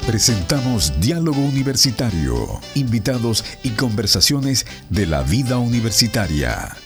Presentamos Diálogo Universitario, invitados y conversaciones de la vida universitaria.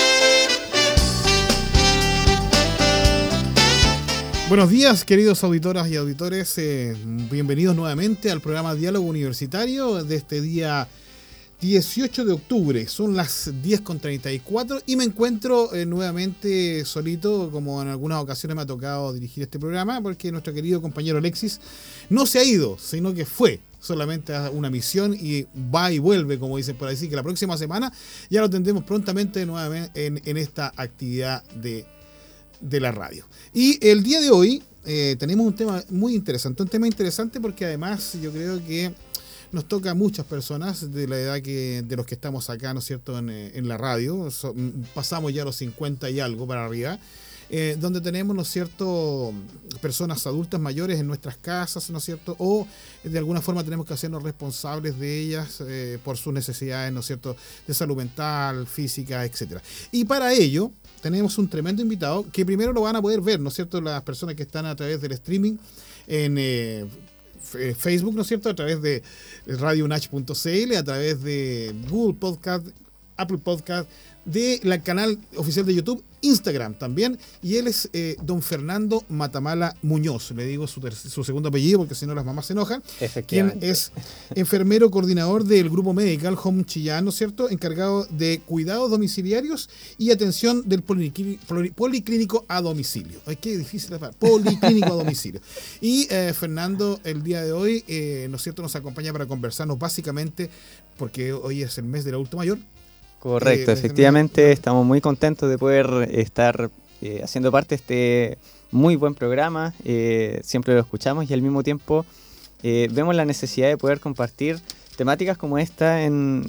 Buenos días, queridos auditoras y auditores. Bienvenidos nuevamente al programa Diálogo Universitario de este día 18 de octubre. Son las 10:34 y me encuentro nuevamente solito, como en algunas ocasiones me ha tocado dirigir este programa, porque nuestro querido compañero Alexis no se ha ido, sino que fue solamente a una misión y va y vuelve, como dicen por ahí. Así que la próxima semana ya lo tendremos prontamente nuevamente en esta actividad de la radio. Y el día de hoy tenemos un tema muy interesante, porque además yo creo que nos toca a muchas personas de la edad de los que estamos acá, ¿no es cierto?, en la radio. Pasamos ya los 50 y algo para arriba, donde tenemos, ¿no es cierto?, personas adultas mayores en nuestras casas, ¿no es cierto?, o de alguna forma tenemos que hacernos responsables de ellas por sus necesidades, ¿no es cierto?, de salud mental, física, etcétera. Y para ello tenemos un tremendo invitado que primero lo van a poder ver, ¿no es cierto?, las personas que están a través del streaming en Facebook, ¿no es cierto?, a través de radiounach.cl, a través de Google Podcast, Apple Podcast, de la canal oficial de YouTube, Instagram también, y él es don Fernando Matamala Muñoz. Le digo su segundo apellido porque si no las mamás se enojan. Quien es enfermero coordinador del Grupo Medical Home Chillán, ¿no es cierto?, encargado de cuidados domiciliarios y atención del policlínico a domicilio. Ay, qué difícil la palabra, policlínico a domicilio. Y Fernando, el día de hoy, ¿no es cierto?, nos acompaña para conversarnos básicamente, porque hoy es el mes del adulto mayor. Correcto, efectivamente estamos muy contentos de poder estar haciendo parte de este muy buen programa, siempre lo escuchamos y al mismo tiempo vemos la necesidad de poder compartir temáticas como esta en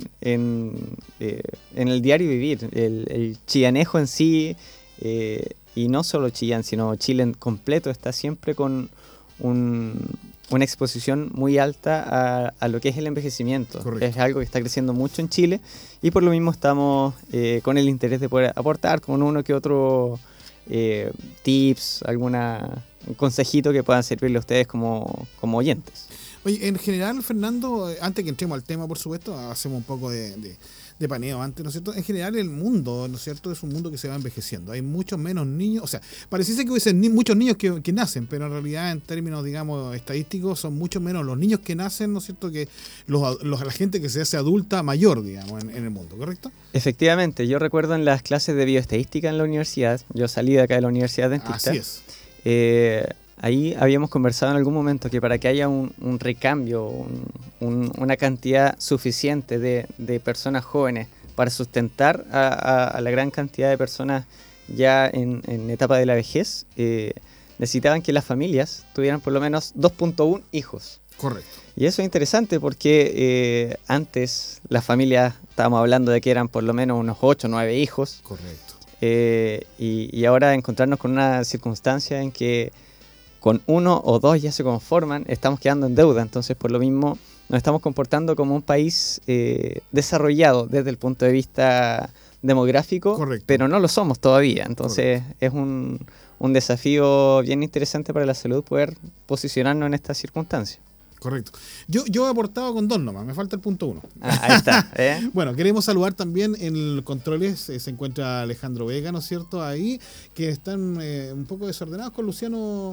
el diario vivir, el chillanejo en sí, y no solo Chillán, sino Chile en completo está siempre con una exposición muy alta a lo que es el envejecimiento. Correcto. Es algo que está creciendo mucho en Chile y por lo mismo estamos con el interés de poder aportar con uno que otro tips, un consejito que puedan servirle a ustedes como oyentes. Oye, en general, Fernando, antes que entremos al tema, por supuesto, hacemos un poco de paneo antes, ¿no es cierto? En general el mundo, ¿no es cierto?, es un mundo que se va envejeciendo. Hay muchos menos niños, o sea, pareciese que hubiesen muchos niños que nacen, pero en realidad en términos, digamos, estadísticos son mucho menos los niños que nacen, ¿no es cierto?, que la gente que se hace adulta mayor, digamos, en el mundo, ¿correcto? Efectivamente, yo recuerdo en las clases de bioestadística en la universidad, yo salí de acá de la Universidad Dentista. Así es. Ahí habíamos conversado en algún momento que para que haya un recambio, una cantidad suficiente de personas jóvenes para sustentar a la gran cantidad de personas ya en etapa de la vejez, necesitaban que las familias tuvieran por lo menos 2.1 hijos. Correcto. Y eso es interesante porque antes las familias, estábamos hablando de que eran por lo menos unos 8 o 9 hijos. Correcto. Y ahora encontrarnos con una circunstancia en que con 1 o 2 ya se conforman, estamos quedando en deuda. Entonces, por lo mismo, nos estamos comportando como un país desarrollado desde el punto de vista demográfico. Correcto. Pero no lo somos todavía. Entonces, correcto, es un desafío bien interesante para la salud poder posicionarnos en esta circunstancia. Correcto. Yo he aportado con 2 nomás, me falta el punto 1. Ahí está. Bueno, queremos saludar también en los controles, se encuentra Alejandro Vega, ¿no es cierto?, ahí, que están un poco desordenados con Luciano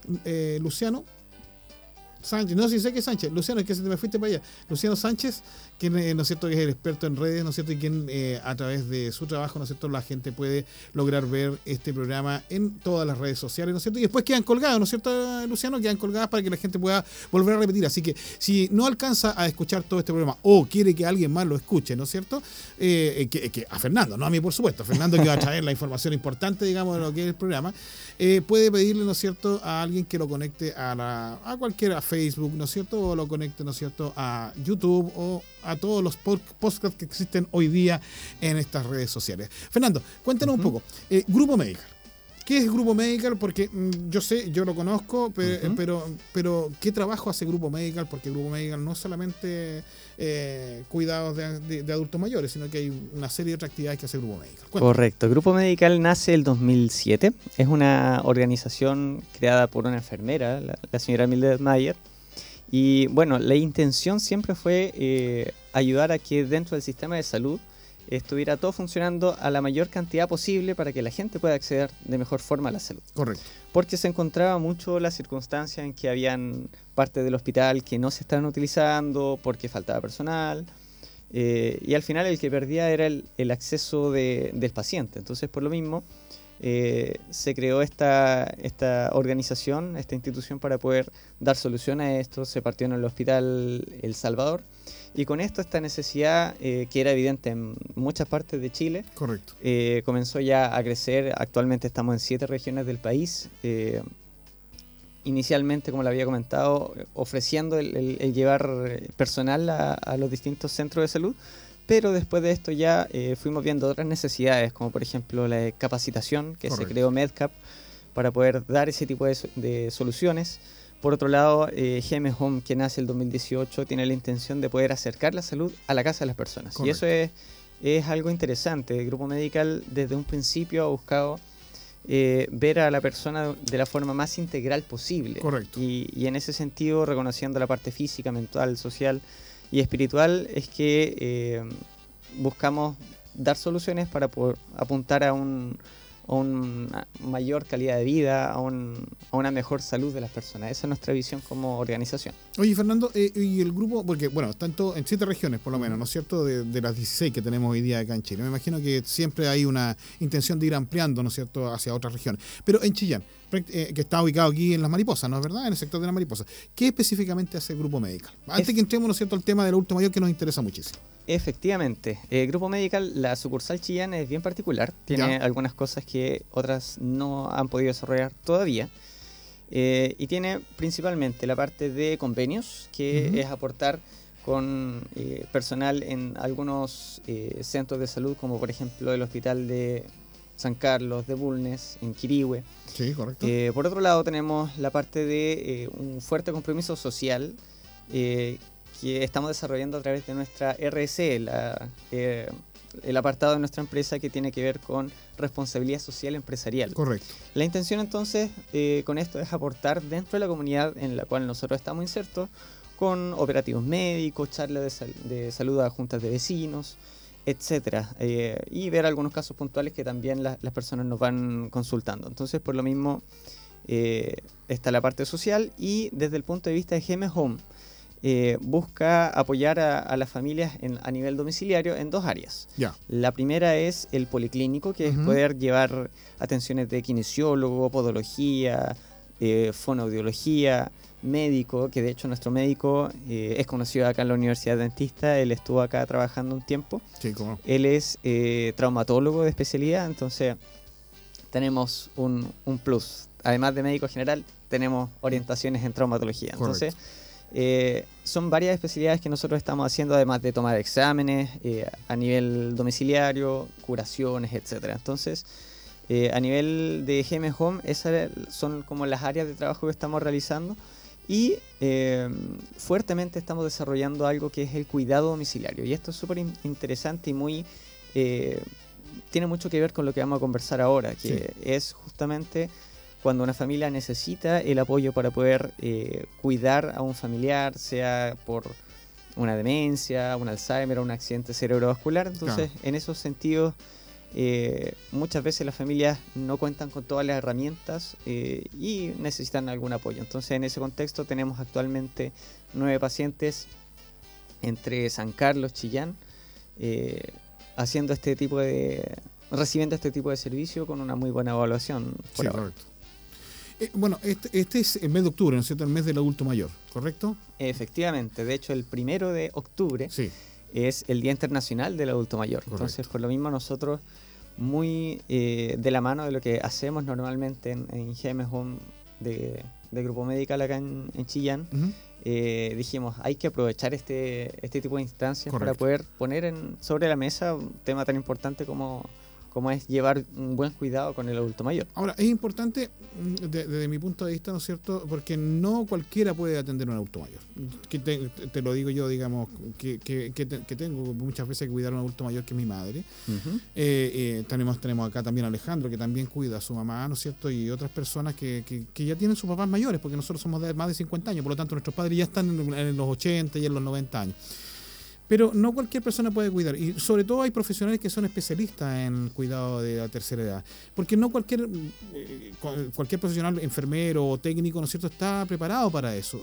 Sánchez, no, sí sé que es Sánchez, Luciano, es que me fuiste para allá. Luciano Sánchez, quien, ¿no es cierto?, que es el experto en redes, ¿no es cierto?, y quien a través de su trabajo, ¿no es cierto?, la gente puede lograr ver este programa en todas las redes sociales, ¿no es cierto?, y después quedan colgados, ¿no es cierto, Luciano?, quedan colgadas para que la gente pueda volver a repetir. Así que si no alcanza a escuchar todo este programa o quiere que alguien más lo escuche, ¿no es cierto?, que a Fernando, no a mí, por supuesto, a Fernando, que va a traer la información importante, digamos, de lo que es el programa, puede pedirle, ¿no es cierto?, a alguien que lo conecte a cualquiera, Facebook, ¿no es cierto?, o lo conecte, ¿no es cierto?, a YouTube o a todos los podcasts que existen hoy día en estas redes sociales. Fernando, cuéntanos un poco. Grupo Medical. ¿Qué es Grupo Medical? Porque yo lo conozco, pero ¿qué trabajo hace Grupo Medical? Porque Grupo Medical no es solamente cuidados de adultos mayores, sino que hay una serie de otras actividades que hace Grupo Medical. Cuéntame. Correcto. Grupo Medical nace el 2007. Es una organización creada por una enfermera, la señora Mildred Mayer, Y bueno, la intención siempre fue ayudar a que dentro del sistema de salud estuviera todo funcionando a la mayor cantidad posible para que la gente pueda acceder de mejor forma a la salud. Correcto. Porque se encontraba mucho la circunstancia en que habían partes del hospital que no se estaban utilizando porque faltaba personal, y al final el que perdía era el acceso del paciente. Entonces, por lo mismo, se creó esta organización, esta institución para poder dar solución a esto. Se partió en el Hospital El Salvador, y con esto esta necesidad, que era evidente en muchas partes de Chile, Correcto. Comenzó ya a crecer. Actualmente estamos en 7 regiones del país. Inicialmente, como le había comentado, ofreciendo el llevar personal a los distintos centros de salud, pero después de esto ya fuimos viendo otras necesidades, como por ejemplo la capacitación, que Correcto. se creó MedCap para poder dar ese tipo de soluciones. Por otro lado, GM Home, que nace el 2018, tiene la intención de poder acercar la salud a la casa de las personas. Correcto. Y eso es algo interesante. El Grupo Medical desde un principio ha buscado ver a la persona de la forma más integral posible. Correcto. Y en ese sentido, reconociendo la parte física, mental, social y espiritual, es que buscamos dar soluciones para poder apuntar a una mayor calidad de vida, a una mejor salud de las personas. Esa es nuestra visión como organización. Oye, Fernando, y el grupo, porque bueno, tanto en 7 regiones por lo menos, ¿no es cierto?, de las 16 que tenemos hoy día acá en Chile. Me imagino que siempre hay una intención de ir ampliando, ¿no es cierto?, hacia otras regiones. Pero en Chillán, que está ubicado aquí en Las Mariposas, ¿no es verdad?, en el sector de Las Mariposas, ¿qué específicamente hace el Grupo Medical? Antes que entremos, ¿no es cierto?, al tema del adulto mayor, que nos interesa muchísimo. Efectivamente, el Grupo Medical, la sucursal Chillán es bien particular, tiene ¿Ya? algunas cosas que otras no han podido desarrollar todavía, y tiene principalmente la parte de convenios, que Ujú. es aportar con personal en algunos centros de salud, como por ejemplo el Hospital de San Carlos, de Bulnes, en Quirihue. Sí, correcto. Por otro lado, tenemos la parte de un fuerte compromiso social, que estamos desarrollando a través de nuestra RSE, el apartado de nuestra empresa que tiene que ver con responsabilidad social empresarial. Correcto. La intención entonces con esto es aportar dentro de la comunidad en la cual nosotros estamos insertos, con operativos médicos, charlas de salud a juntas de vecinos, etcétera, y ver algunos casos puntuales que también las personas nos van consultando. Entonces, por lo mismo, está la parte social, y desde el punto de vista de GM Home, busca apoyar a las familias a nivel domiciliario en 2 áreas. Ya. La primera es el policlínico, que es Ujú. poder llevar atenciones de kinesiólogo, podología, fonoaudiología, médico, que de hecho nuestro médico es conocido acá en la Universidad Dentista. Él estuvo acá trabajando un tiempo. Sí, cómo no. Él es traumatólogo de especialidad, entonces tenemos un plus. Además de médico general, tenemos orientaciones en traumatología. Entonces, son varias especialidades que nosotros estamos haciendo, además de tomar exámenes a nivel domiciliario, curaciones, etcétera. Entonces, a nivel de GM Home, esas son como las áreas de trabajo que estamos realizando, y fuertemente estamos desarrollando algo que es el cuidado domiciliario. Y esto es súper interesante y muy tiene mucho que ver con lo que vamos a conversar ahora, que es justamente cuando una familia necesita el apoyo para poder cuidar a un familiar, sea por una demencia, un Alzheimer o un accidente cerebrovascular. Entonces, en esos sentidos, muchas veces las familias no cuentan con todas las herramientas y necesitan algún apoyo. Entonces, en ese contexto tenemos actualmente 9 pacientes entre San Carlos, Chillán, recibiendo este tipo de servicio con una muy buena evaluación por ahora. Correcto. Bueno, este es el mes de octubre, ¿no es cierto?, el mes del adulto mayor, ¿correcto? Efectivamente, de hecho el 1 de octubre Sí. es el Día Internacional del Adulto Mayor. Correcto. Entonces, por lo mismo, nosotros, muy de la mano de lo que hacemos normalmente en GM Home de Grupo Medical acá en Chillán, Ujú. dijimos, hay que aprovechar este tipo de instancias para Correcto. poder poner sobre la mesa un tema tan importante como cómo es llevar un buen cuidado con el adulto mayor. Ahora, es importante desde mi punto de vista, ¿no es cierto? Porque no cualquiera puede atender a un adulto mayor. Que te lo digo yo, digamos, que tengo muchas veces que cuidar a un adulto mayor, que es mi madre. Tenemos acá también a Alejandro, que también cuida a su mamá, ¿no es cierto? Y otras personas que ya tienen sus papás mayores, porque nosotros somos de más de 50 años, por lo tanto nuestros padres ya están en los 80 y en los 90 años. Pero no cualquier persona puede cuidar, y sobre todo hay profesionales que son especialistas en el cuidado de la tercera edad, porque no cualquier profesional, enfermero o técnico, ¿no es cierto?, está preparado para eso.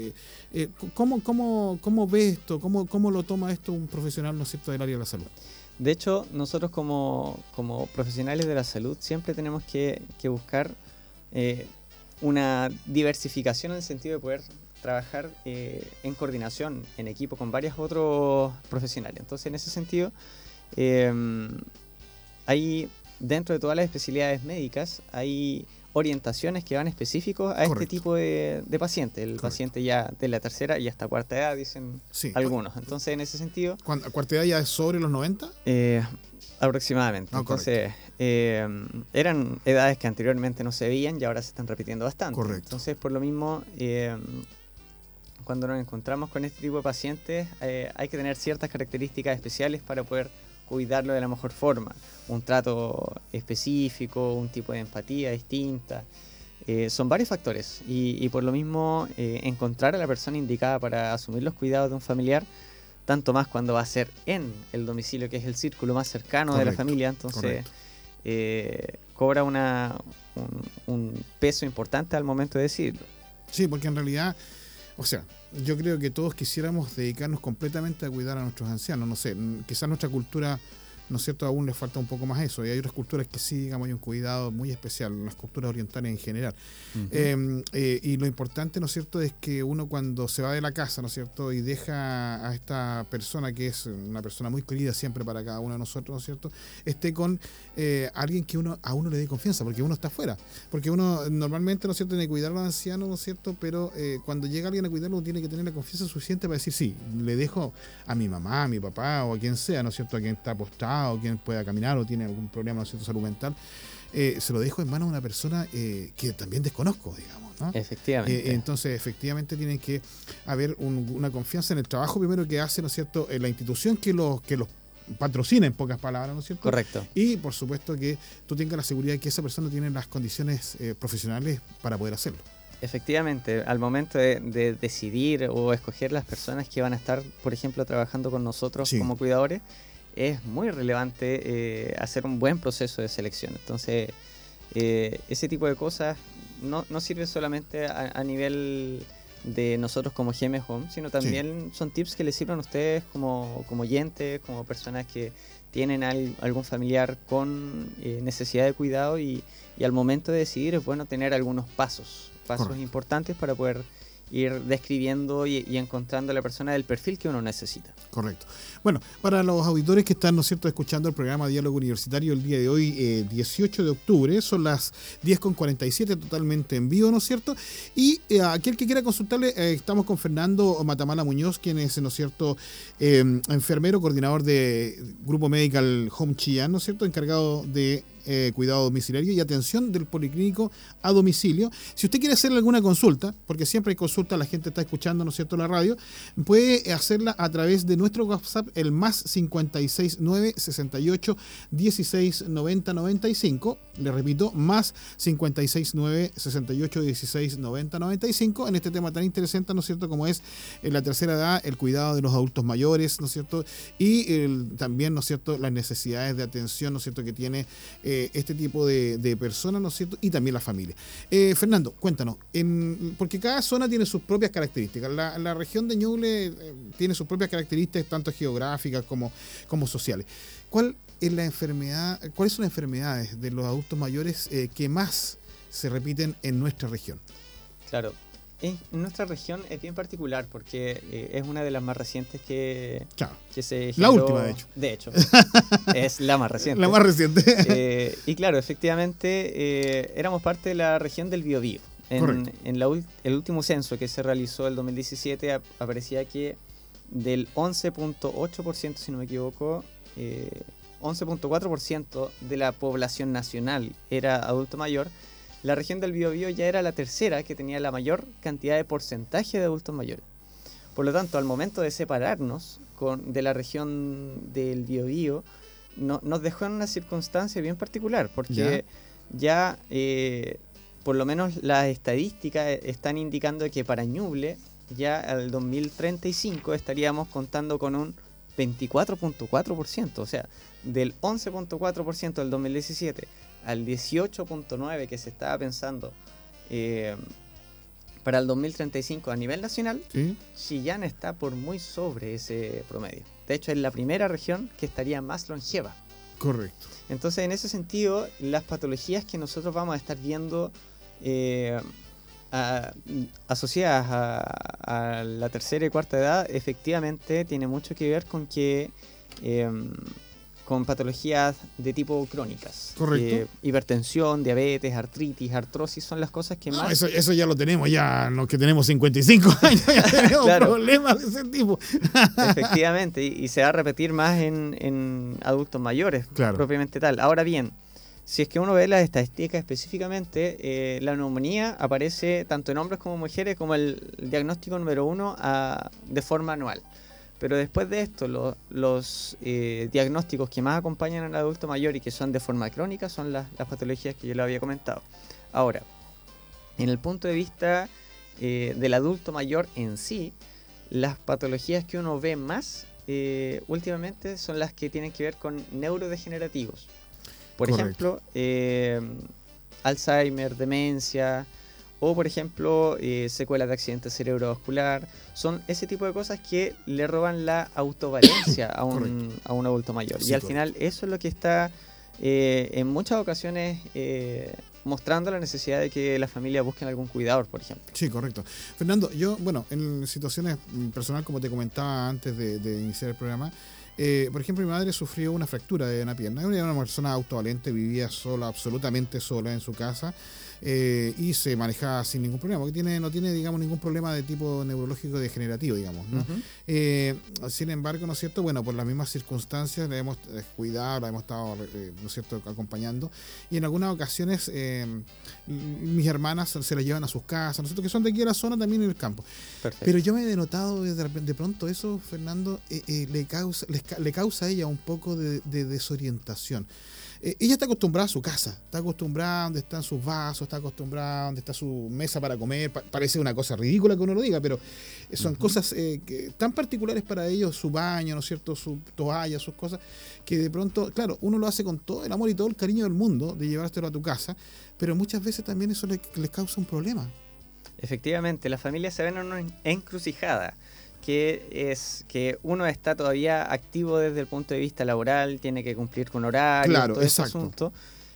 ¿Cómo ve esto? ¿Cómo lo toma esto un profesional, ¿no es cierto?, del área de la salud? De hecho, nosotros como profesionales de la salud siempre tenemos que buscar una diversificación en el sentido de poder trabajar en coordinación, en equipo, con varios otros profesionales. Entonces, en ese sentido, hay, dentro de todas las especialidades médicas, hay orientaciones que van específicos a este tipo de pacientes. El paciente ya de la tercera y hasta cuarta edad, dicen algunos. Entonces, en ese sentido... ¿Cuarta edad ya es sobre los 90? Aproximadamente. Entonces, eran edades que anteriormente no se veían y ahora se están repitiendo bastante. Correcto. Entonces, por lo mismo... cuando nos encontramos con este tipo de pacientes, hay que tener ciertas características especiales para poder cuidarlo de la mejor forma. Un trato específico, un tipo de empatía distinta. Son varios factores y por lo mismo encontrar a la persona indicada para asumir los cuidados de un familiar, tanto más cuando va a ser en el domicilio, que es el círculo más cercano de la familia, entonces cobra un peso importante al momento de decidirlo. Sí, porque en realidad... O sea, yo creo que todos quisiéramos dedicarnos completamente a cuidar a nuestros ancianos. No sé, quizás nuestra cultura, ¿no es cierto?, aún le falta un poco más eso. Y hay otras culturas que sí, digamos, hay un cuidado muy especial, las culturas orientales en general. Y lo importante, ¿no es cierto?, es que uno cuando se va de la casa, ¿no es cierto?, y deja a esta persona, que es una persona muy querida siempre para cada uno de nosotros, ¿no es cierto?, esté con alguien que a uno le dé confianza, porque uno está afuera. Porque uno normalmente, ¿no es cierto?, tiene que cuidar a los ancianos, ¿no es cierto?, pero cuando llega alguien a cuidarlo, uno tiene que tener la confianza suficiente para decir, sí, le dejo a mi mamá, a mi papá o a quien sea, ¿no es cierto?, a quien está apostado, o quien pueda caminar o tiene algún problema, ¿no es cierto?, salud mental, se lo dejo en manos de una persona que también desconozco, digamos, ¿no? Efectivamente. Entonces, efectivamente, tiene que haber una confianza en el trabajo primero que hace, ¿no es cierto?, la institución que los patrocina, en pocas palabras, ¿no es cierto? Correcto. Y, por supuesto, que tú tengas la seguridad de que esa persona tiene las condiciones profesionales para poder hacerlo. Efectivamente, al momento de decidir o escoger las personas que van a estar, por ejemplo, trabajando con nosotros como cuidadores, es muy relevante hacer un buen proceso de selección. Entonces, ese tipo de cosas no sirve solamente a nivel de nosotros como GM Home, sino también son tips que les sirven a ustedes como oyentes, como personas que tienen algún familiar con necesidad de cuidado y al momento de decidir es bueno tener algunos pasos importantes para poder ir describiendo y encontrando a la persona del perfil que uno necesita. Correcto. Bueno, para los auditores que están, ¿no es cierto?, escuchando el programa Diálogo Universitario el día de hoy, 18 de octubre, son las 10:47, totalmente en vivo, ¿no es cierto? Y aquel que quiera consultarle, estamos con Fernando Matamala Muñoz, quien es, ¿no es cierto?, enfermero, coordinador de Grupo Medical Home Chillán, ¿no es cierto?, encargado de cuidado domiciliario y atención del policlínico a domicilio. Si usted quiere hacerle alguna consulta, porque siempre hay consulta, la gente está escuchando, ¿no es cierto?, la radio, puede hacerla a través de nuestro WhatsApp, el más 569 68 16 90 95. Le repito, más 569 68 16 90 95, en este tema tan interesante, ¿no es cierto?, como es la tercera edad, el cuidado de los adultos mayores, ¿no es cierto?, y también, ¿no es cierto?, las necesidades de atención, ¿no es cierto?, que tiene este tipo de personas, ¿no es cierto?, y también la familia. Fernando, cuéntanos, porque cada zona tiene sus propias características. La región de Ñuble tiene sus propias características, tanto geográficas como sociales. ¿Cuáles son las enfermedades de los adultos mayores que más se repiten en nuestra región? Claro. En nuestra región es bien particular porque es una de las más recientes que se generó. La última, de hecho. De hecho, es la más reciente. La más reciente. Y claro, efectivamente, éramos parte de la región del Biobío. En el último censo que se realizó el 2017 aparecía que del 11.8%, si no me equivoco, 11.4% de la población nacional era adulto mayor, la región del Biobío ya era la tercera que tenía la mayor cantidad de porcentaje de adultos mayores. Por lo tanto, al momento de separarnos de la región del Biobío, nos dejó en una circunstancia bien particular, porque ya por lo menos las estadísticas están indicando que para Ñuble ya al 2035 estaríamos contando con un 24.4%, o sea, del 11.4% del 2017 al 18.9% que se estaba pensando para el 2035 a nivel nacional, ¿sí? Chillán está por muy sobre ese promedio. De hecho, es la primera región que estaría más longeva. Correcto. Entonces, en ese sentido, las patologías que nosotros vamos a estar viendo asociadas a la tercera y cuarta edad, efectivamente tiene mucho que ver con que con patologías de tipo crónicas. Correcto. Hipertensión, diabetes, artritis, artrosis son las cosas que más... Eso ya lo tenemos, ya los que tenemos 55 años ya tenemos problemas de ese tipo. Efectivamente, y se va a repetir más en adultos mayores, propiamente tal. Ahora bien, si es que uno ve las estadísticas específicamente, la neumonía aparece tanto en hombres como mujeres como el diagnóstico número 1 de forma anual. Pero después de esto, los diagnósticos que más acompañan al adulto mayor y que son de forma crónica son las patologías que yo le había comentado. Ahora, en el punto de vista del adulto mayor en sí, las patologías que uno ve más últimamente son las que tienen que ver con neurodegenerativos. Por ejemplo, Alzheimer, demencia, o por ejemplo, secuelas de accidente cerebrovascular. Son ese tipo de cosas que le roban la autovalencia a un adulto mayor. Sí, y al final eso es lo que está en muchas ocasiones mostrando la necesidad de que las familias busquen algún cuidador, por ejemplo. Sí, correcto. Fernando, yo, en situaciones personales, como te comentaba antes de iniciar el programa, por ejemplo, mi madre sufrió una fractura de una pierna. Era una persona autovalente, vivía sola, absolutamente sola en su casa, y se manejaba sin ningún problema, porque no tiene, digamos, ningún problema de tipo neurológico degenerativo, digamos, ¿no? Sin embargo, ¿no es cierto? Bueno, por las mismas circunstancias la hemos cuidado, la hemos estado, ¿no es cierto?, acompañando, y en algunas ocasiones mis hermanas se la llevan a sus casas, ¿no es cierto?, que son de aquí de la zona, también en el campo. Perfecto. Pero yo me he denotado de pronto eso, Fernando, le causa a ella un poco de desorientación. Ella está acostumbrada a su casa, está acostumbrada a donde están sus vasos, está acostumbrada a donde está su mesa para comer. Parece una cosa ridícula que uno lo diga, pero son cosas tan particulares para ellos, su baño, ¿no es cierto?, su toalla, sus cosas, que de pronto, claro, uno lo hace con todo el amor y todo el cariño del mundo de llevártelo a tu casa, pero muchas veces también eso les causa un problema. Efectivamente, las familias se ven en una encrucijada, que es que uno está todavía activo desde el punto de vista laboral, tiene que cumplir con horario, todo ese asunto,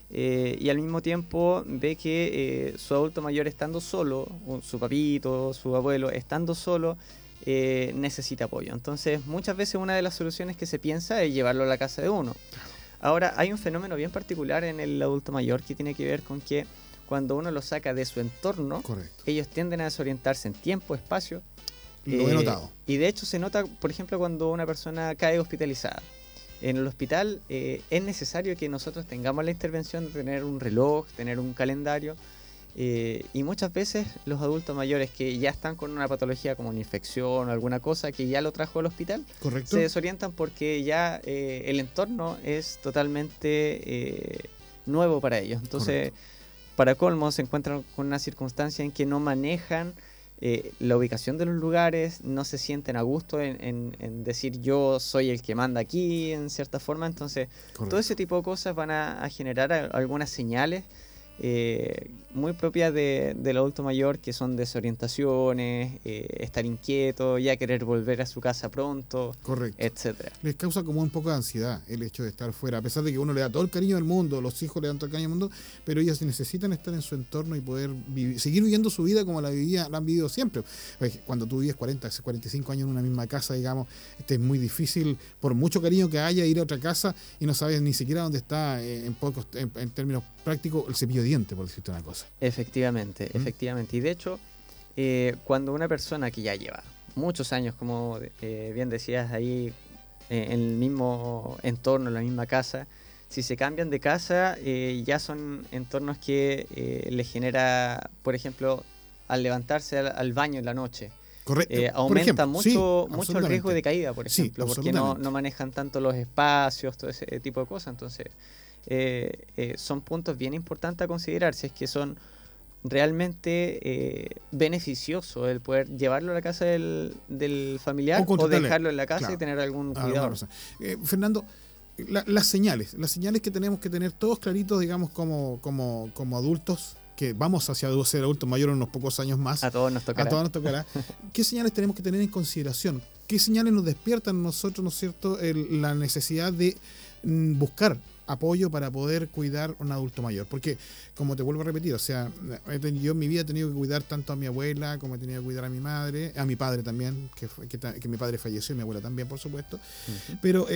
y al mismo tiempo ve que su adulto mayor estando solo, su papito, su abuelo estando solo, necesita apoyo. Entonces muchas veces una de las soluciones que se piensa es llevarlo a la casa de uno. Ahora hay un fenómeno bien particular en el adulto mayor que tiene que ver con que cuando uno lo saca de su entorno, ellos tienden a desorientarse en tiempo, espacio. Lo he notado. Y de hecho se nota, por ejemplo, cuando una persona cae hospitalizada. En el hospital es necesario que nosotros tengamos la intervención de tener un reloj, tener un calendario. Y muchas veces los adultos mayores que ya están con una patología como una infección o alguna cosa que ya lo trajo al hospital, se desorientan porque ya el entorno es totalmente nuevo para ellos. Entonces, para colmo, se encuentran con una circunstancia en que no manejan la ubicación de los lugares, no se sienten a gusto en decir yo soy el que manda aquí, en cierta forma. Entonces, todo ese tipo de cosas van a generar algunas señales muy propias del adulto mayor, que son desorientaciones, estar inquieto, ya querer volver a su casa pronto, etcétera. Les causa como un poco de ansiedad el hecho de estar fuera, a pesar de que uno le da todo el cariño del mundo, los hijos le dan todo el cariño del mundo, pero ellas necesitan estar en su entorno y poder seguir viviendo su vida como la han vivido siempre. Cuando tú vives 40, 45 años en una misma casa, digamos, es muy difícil, por mucho cariño que haya, ir a otra casa y no sabes ni siquiera dónde está, en términos prácticos, el cepillo de dientes, por decirte una cosa. Efectivamente. Y de hecho, cuando una persona que ya lleva muchos años, como bien decías ahí, en el mismo entorno, en la misma casa. Si se cambian de casa, ya son entornos que les genera, por ejemplo, al levantarse al baño en la noche. Correcto. Aumenta mucho el riesgo de caída, por Sí, ejemplo, porque no manejan tanto los espacios, todo ese tipo de cosas. Entonces, son puntos bien importantes a considerar si es que son realmente beneficiosos el poder llevarlo a la casa del familiar o dejarlo en la casa, claro, y tener algún cuidado. Fernando, las señales que tenemos que tener todos claritos, digamos, como adultos, que vamos hacia ser adultos mayores en unos pocos años más. A todos nos tocará. ¿Qué señales tenemos que tener en consideración? ¿Qué señales nos despiertan a nosotros, ¿no es cierto?, la necesidad de buscar apoyo para poder cuidar a un adulto mayor? Porque, como te vuelvo a repetir, o sea, yo en mi vida he tenido que cuidar tanto a mi abuela como he tenido que cuidar a mi madre, a mi padre también, que mi padre falleció y mi abuela también, por supuesto. Uh-huh. Pero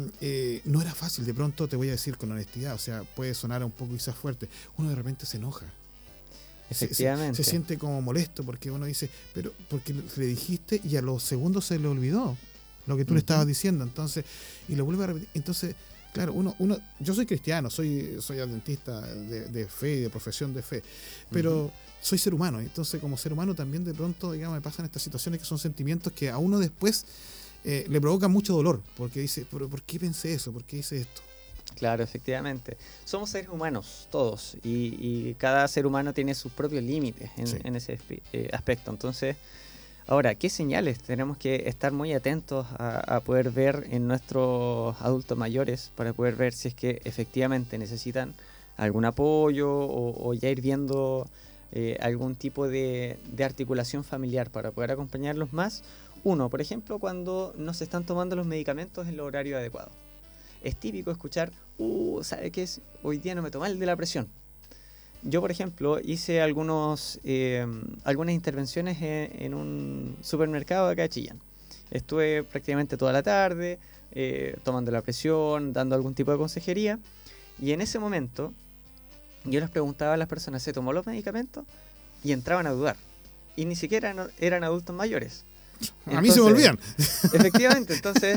no era fácil, de pronto te voy a decir con honestidad, o sea, puede sonar un poco quizás fuerte, uno de repente se enoja. Efectivamente. Se siente como molesto porque uno dice, pero porque le dijiste y a los segundos se le olvidó lo que tú le estabas diciendo, entonces, y lo vuelve a repetir. Entonces, claro, yo soy cristiano, soy adventista de fe y de profesión de fe, pero soy ser humano, entonces como ser humano también de pronto, digamos, me pasan estas situaciones que son sentimientos que a uno después le provocan mucho dolor, porque dice, pero ¿por qué pensé eso? ¿Por qué hice esto? Claro, efectivamente. Somos seres humanos, todos, y cada ser humano tiene sus propios límites en ese aspecto. Entonces, ahora, ¿qué señales tenemos que estar muy atentos a poder ver en nuestros adultos mayores para poder ver si es que efectivamente necesitan algún apoyo o ya ir viendo algún tipo de articulación familiar para poder acompañarlos más? Uno, por ejemplo, cuando no se están tomando los medicamentos en el horario adecuado. Es típico escuchar, ¿sabe qué es? Hoy día no me tomé el de la presión. Yo, por ejemplo, hice algunas intervenciones en un supermercado acá de Chillán. Estuve prácticamente toda la tarde tomando la presión, dando algún tipo de consejería. Y en ese momento, yo les preguntaba a las personas, ¿se tomó los medicamentos? Y entraban a dudar. Y ni siquiera eran adultos mayores. Entonces, a mí se me olvidan. Efectivamente, entonces,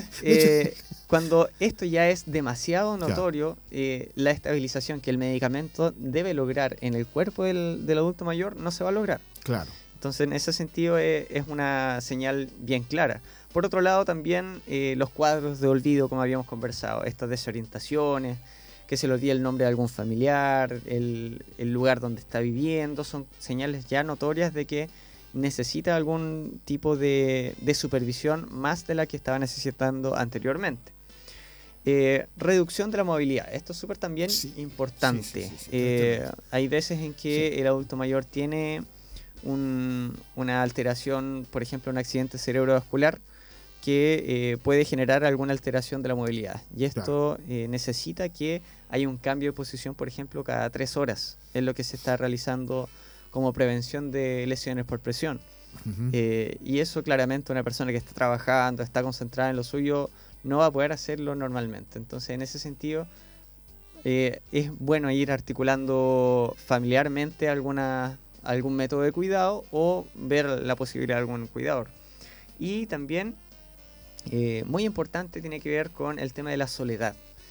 cuando esto ya es demasiado notorio, la estabilización que el medicamento debe lograr en el cuerpo del adulto mayor no se va a lograr. Claro. Entonces, en ese sentido, es una señal bien clara. Por otro lado, también los cuadros de olvido, como habíamos conversado, estas desorientaciones, que se le olvida el nombre de algún familiar, el lugar donde está viviendo, son señales ya notorias de que necesita algún tipo de supervisión más de la que estaba necesitando anteriormente. Reducción de la movilidad. Esto es súper también importante. Hay veces en que el adulto mayor tiene una alteración, por ejemplo, un accidente cerebrovascular que puede generar alguna alteración de la movilidad. Y esto necesita que haya un cambio de posición, por ejemplo, cada 3 horas. Es lo que se está realizando como prevención de lesiones por presión. Uh-huh. Y eso claramente una persona que está trabajando, está concentrada en lo suyo, no va a poder hacerlo normalmente. Entonces, en ese sentido, es bueno ir articulando familiarmente algún método de cuidado o ver la posibilidad de algún cuidador. Y también, muy importante, tiene que ver con el tema de la soledad.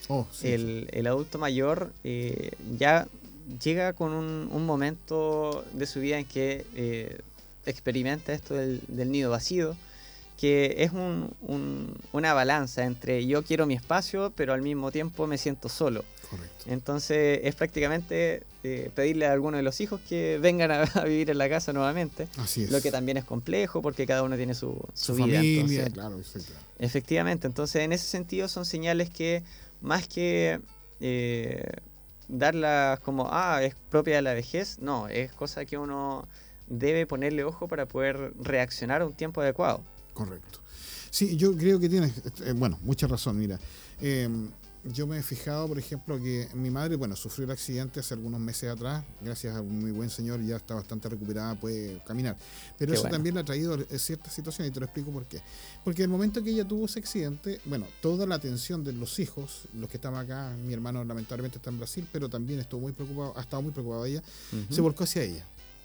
El adulto mayor ya llega con un momento de su vida en que experimenta esto del nido vacío, que es una balanza entre yo quiero mi espacio, pero al mismo tiempo me siento solo. Correcto. Entonces es prácticamente pedirle a alguno de los hijos que vengan a vivir en la casa nuevamente. Así es. Lo que también es complejo porque cada uno tiene su vida. Familia, entonces, claro, etcétera. Efectivamente, entonces en ese sentido son señales que más que darlas como, es propia de la vejez, no, es cosa que uno debe ponerle ojo para poder reaccionar a un tiempo adecuado. Correcto. Sí, yo creo que tienes, mucha razón, mira. Yo me he fijado, por ejemplo, que mi madre, sufrió el accidente hace algunos meses atrás, gracias a un muy buen señor, ya está bastante recuperada, puede caminar. Pero eso también le ha traído ciertas situaciones, y te lo explico por qué. Porque el momento que ella tuvo ese accidente, toda la atención de los hijos, los que estaban acá, mi hermano lamentablemente está en Brasil, pero también estuvo muy preocupado, ha estado muy preocupado ella, se volcó hacia ella.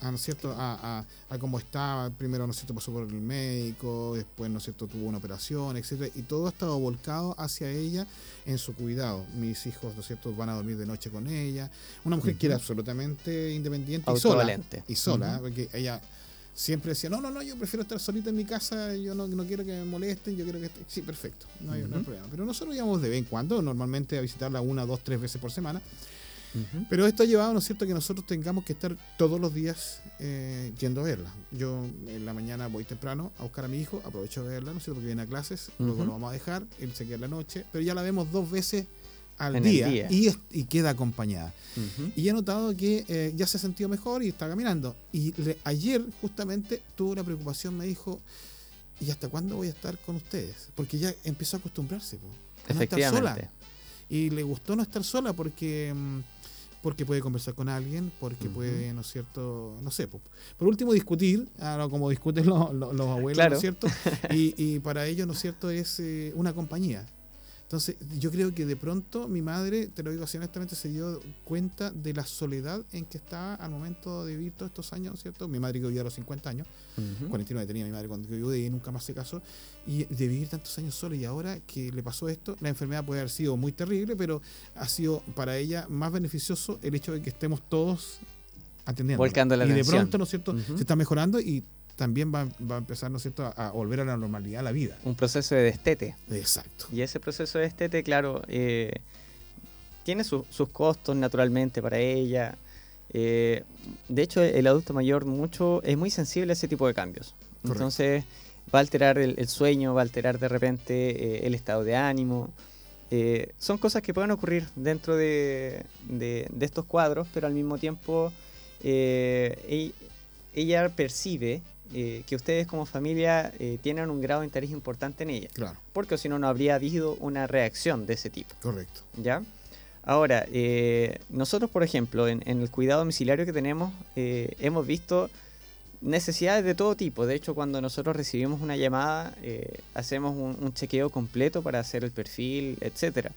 ¿no es cierto? A cómo estaba. Primero, ¿no es cierto?, pasó por el médico, después, ¿no es cierto?, tuvo una operación, etcétera, y todo ha estado volcado hacia ella en su cuidado. Mis hijos, ¿no es cierto?, van a dormir de noche con ella. Una mujer que era absolutamente independiente Autovalente. y sola, porque ella siempre decía, no, yo prefiero estar solita en mi casa, yo no quiero que me molesten, yo quiero que esté... Sí, perfecto, no hay problema. Pero nosotros íbamos de vez en cuando, normalmente a visitarla 1, 2, 3 veces por semana. Pero esto ha llevado, ¿no es cierto?, que nosotros tengamos que estar todos los días yendo a verla. Yo en la mañana voy temprano a buscar a mi hijo, aprovecho de verla, ¿no es cierto?, porque viene a clases, luego lo vamos a dejar, él se queda en la noche, pero ya la vemos 2 veces al día. Y queda acompañada. Y he notado que ya se ha sentido mejor y está caminando. Y ayer justamente tuvo una preocupación, me dijo, ¿y hasta cuándo voy a estar con ustedes? Porque ya empezó a acostumbrarse a no estar sola. Y le gustó no estar sola porque puede conversar con alguien, porque puede, ¿no es cierto?, no sé, por último discutir, como discuten los abuelos, claro, ¿no es cierto? Y para ellos, ¿no es cierto?, es una compañía. Entonces, yo creo que de pronto mi madre, te lo digo así honestamente, se dio cuenta de la soledad en que estaba al momento de vivir todos estos años, ¿cierto? Mi madre que vivió a los 50 años, 49 tenía mi madre cuando vivió y nunca más se casó, y de vivir tantos años sola, y ahora que le pasó esto, la enfermedad puede haber sido muy terrible, pero ha sido para ella más beneficioso el hecho de que estemos todos atendiendo. Volcando la atención. Y de pronto, ¿no es cierto?, se está mejorando y también va a empezar, ¿no es cierto?, a volver a la normalidad la vida. Un proceso de destete. Exacto. Y ese proceso de destete, claro, tiene sus costos naturalmente para ella. De hecho, el adulto mayor es muy sensible a ese tipo de cambios. Correcto. Entonces va a alterar el sueño, va a alterar de repente el estado de ánimo. Son cosas que pueden ocurrir dentro de estos cuadros, pero al mismo tiempo ella percibe que ustedes como familia tienen un grado de interés importante en ella. Claro. Porque si no, no habría habido una reacción de ese tipo. Correcto. ¿Ya? Ahora, nosotros, por ejemplo, en el cuidado domiciliario que tenemos, hemos visto necesidades de todo tipo. De hecho, cuando nosotros recibimos una llamada, hacemos un chequeo completo para hacer el perfil, etcétera.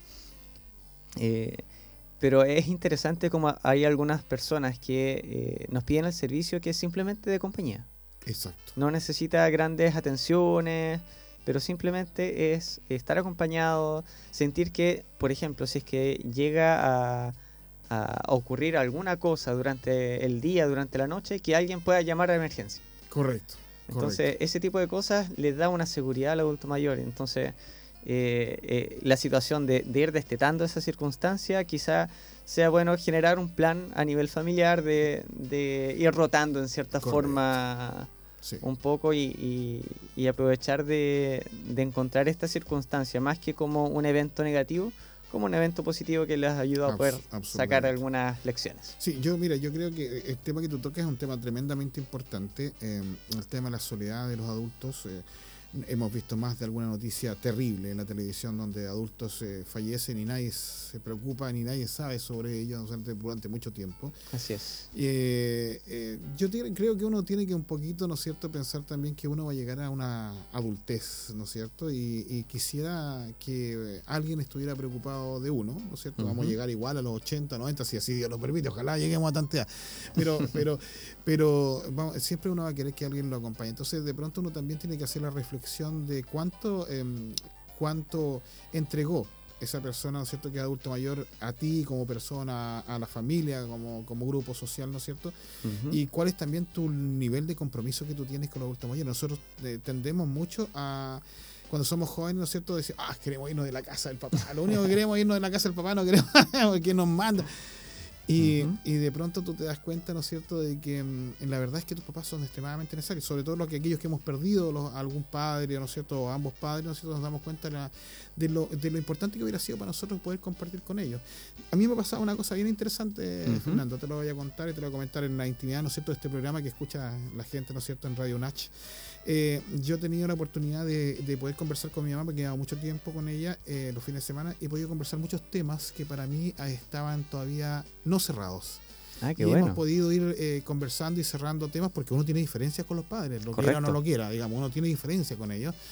Pero es interesante como hay algunas personas que nos piden el servicio que es simplemente de compañía. Exacto. No necesita grandes atenciones, pero simplemente es estar acompañado, sentir que, por ejemplo, si es que llega a ocurrir alguna cosa durante el día, durante la noche, que alguien pueda llamar a emergencia. Correcto. Entonces, ese tipo de cosas les da una seguridad al adulto mayor. Entonces, la situación de ir destetando esa circunstancia, quizá sea bueno generar un plan a nivel familiar de ir rotando en cierta forma un poco y aprovechar de encontrar esta circunstancia más que como un evento negativo, como un evento positivo que les ayuda a poder sacar algunas lecciones. Sí, yo creo que el tema que tú tocas es un tema tremendamente importante, el tema de la soledad de los adultos. Hemos visto más de alguna noticia terrible en la televisión donde adultos fallecen y nadie se preocupa ni nadie sabe sobre ellos durante mucho tiempo. Así es. Yo creo que uno tiene que un poquito, ¿no es cierto?, pensar también que uno va a llegar a una adultez, ¿no es cierto? Y quisiera que alguien estuviera preocupado de uno, ¿no es cierto? Vamos a llegar igual a los 80, 90, si así Dios lo permite, ojalá lleguemos a tanta edad. Pero siempre uno va a querer que alguien lo acompañe. Entonces, de pronto uno también tiene que hacer la reflexión de cuánto entregó esa persona, ¿no es cierto?, que es adulto mayor, a ti como persona, a la familia, como grupo social, ¿no es cierto? Y cuál es también tu nivel de compromiso que tú tienes con los adultos mayores. Nosotros tendemos mucho a, cuando somos jóvenes, ¿no es cierto?, decir, queremos irnos de la casa del papá. Lo único que queremos es irnos de la casa del papá, no queremos que nos manda. Y de pronto tú te das cuenta, ¿no es cierto?, de que la verdad es que tus papás son extremadamente necesarios, sobre todo aquellos que hemos perdido algún padre, ¿no es cierto?, o ambos padres, ¿no es cierto?, nos damos cuenta de lo importante que hubiera sido para nosotros poder compartir con ellos. A mí me ha pasado una cosa bien interesante, Fernando, te lo voy a contar y te lo voy a comentar en la intimidad, ¿no es cierto?, de este programa que escucha la gente, ¿no es cierto?, en Radio Nach. Yo he tenido la oportunidad de poder conversar con mi mamá, porque he llevado mucho tiempo con ella los fines de semana, y he podido conversar muchos temas que para mí estaban todavía no cerrados. Qué bueno. Hemos podido ir conversando y cerrando temas, porque uno tiene diferencias con los padres, lo quiera o no lo quiera, digamos, uno tiene diferencias con ellos.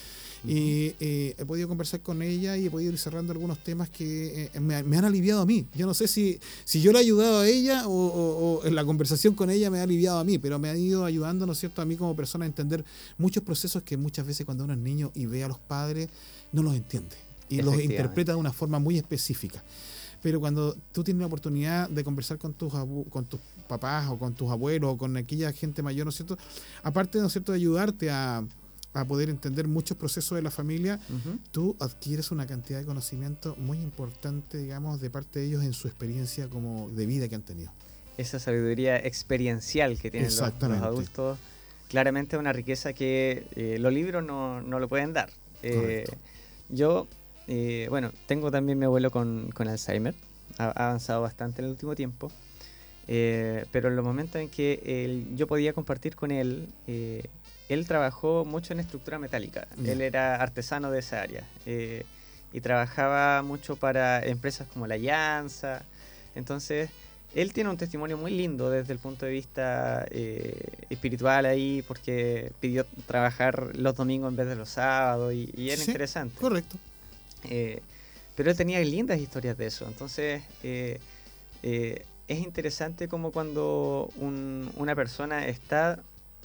Y he podido conversar con ella y he podido ir cerrando algunos temas que me han aliviado a mí. Yo no sé si yo le he ayudado a ella o en la conversación con ella me ha aliviado a mí, pero me ha ido ayudando, ¿no es cierto?, a mí como persona a entender muchos procesos que muchas veces cuando uno es niño y ve a los padres no los entiende y los interpreta de una forma muy específica. Pero cuando tú tienes la oportunidad de conversar con tus papás o con tus abuelos o con aquella gente mayor, ¿no es cierto?, aparte, ¿no es cierto?, de ayudarte a poder entender muchos procesos de la familia, tú adquieres una cantidad de conocimiento muy importante, digamos, de parte de ellos en su experiencia como de vida que han tenido. Esa sabiduría experiencial que tienen los adultos, claramente es una riqueza que los libros no lo pueden dar. Yo, tengo también mi abuelo con Alzheimer, ha avanzado bastante en el último tiempo, pero en los momentos en que yo podía compartir con él, él trabajó mucho en estructura metálica. Él era artesano de esa área y trabajaba mucho para empresas como la Llanza. Entonces, él tiene un testimonio muy lindo desde el punto de vista espiritual ahí, porque pidió trabajar los domingos en vez de los sábados y era interesante. Correcto. Pero él tenía lindas historias de eso. Entonces, es interesante como cuando una persona está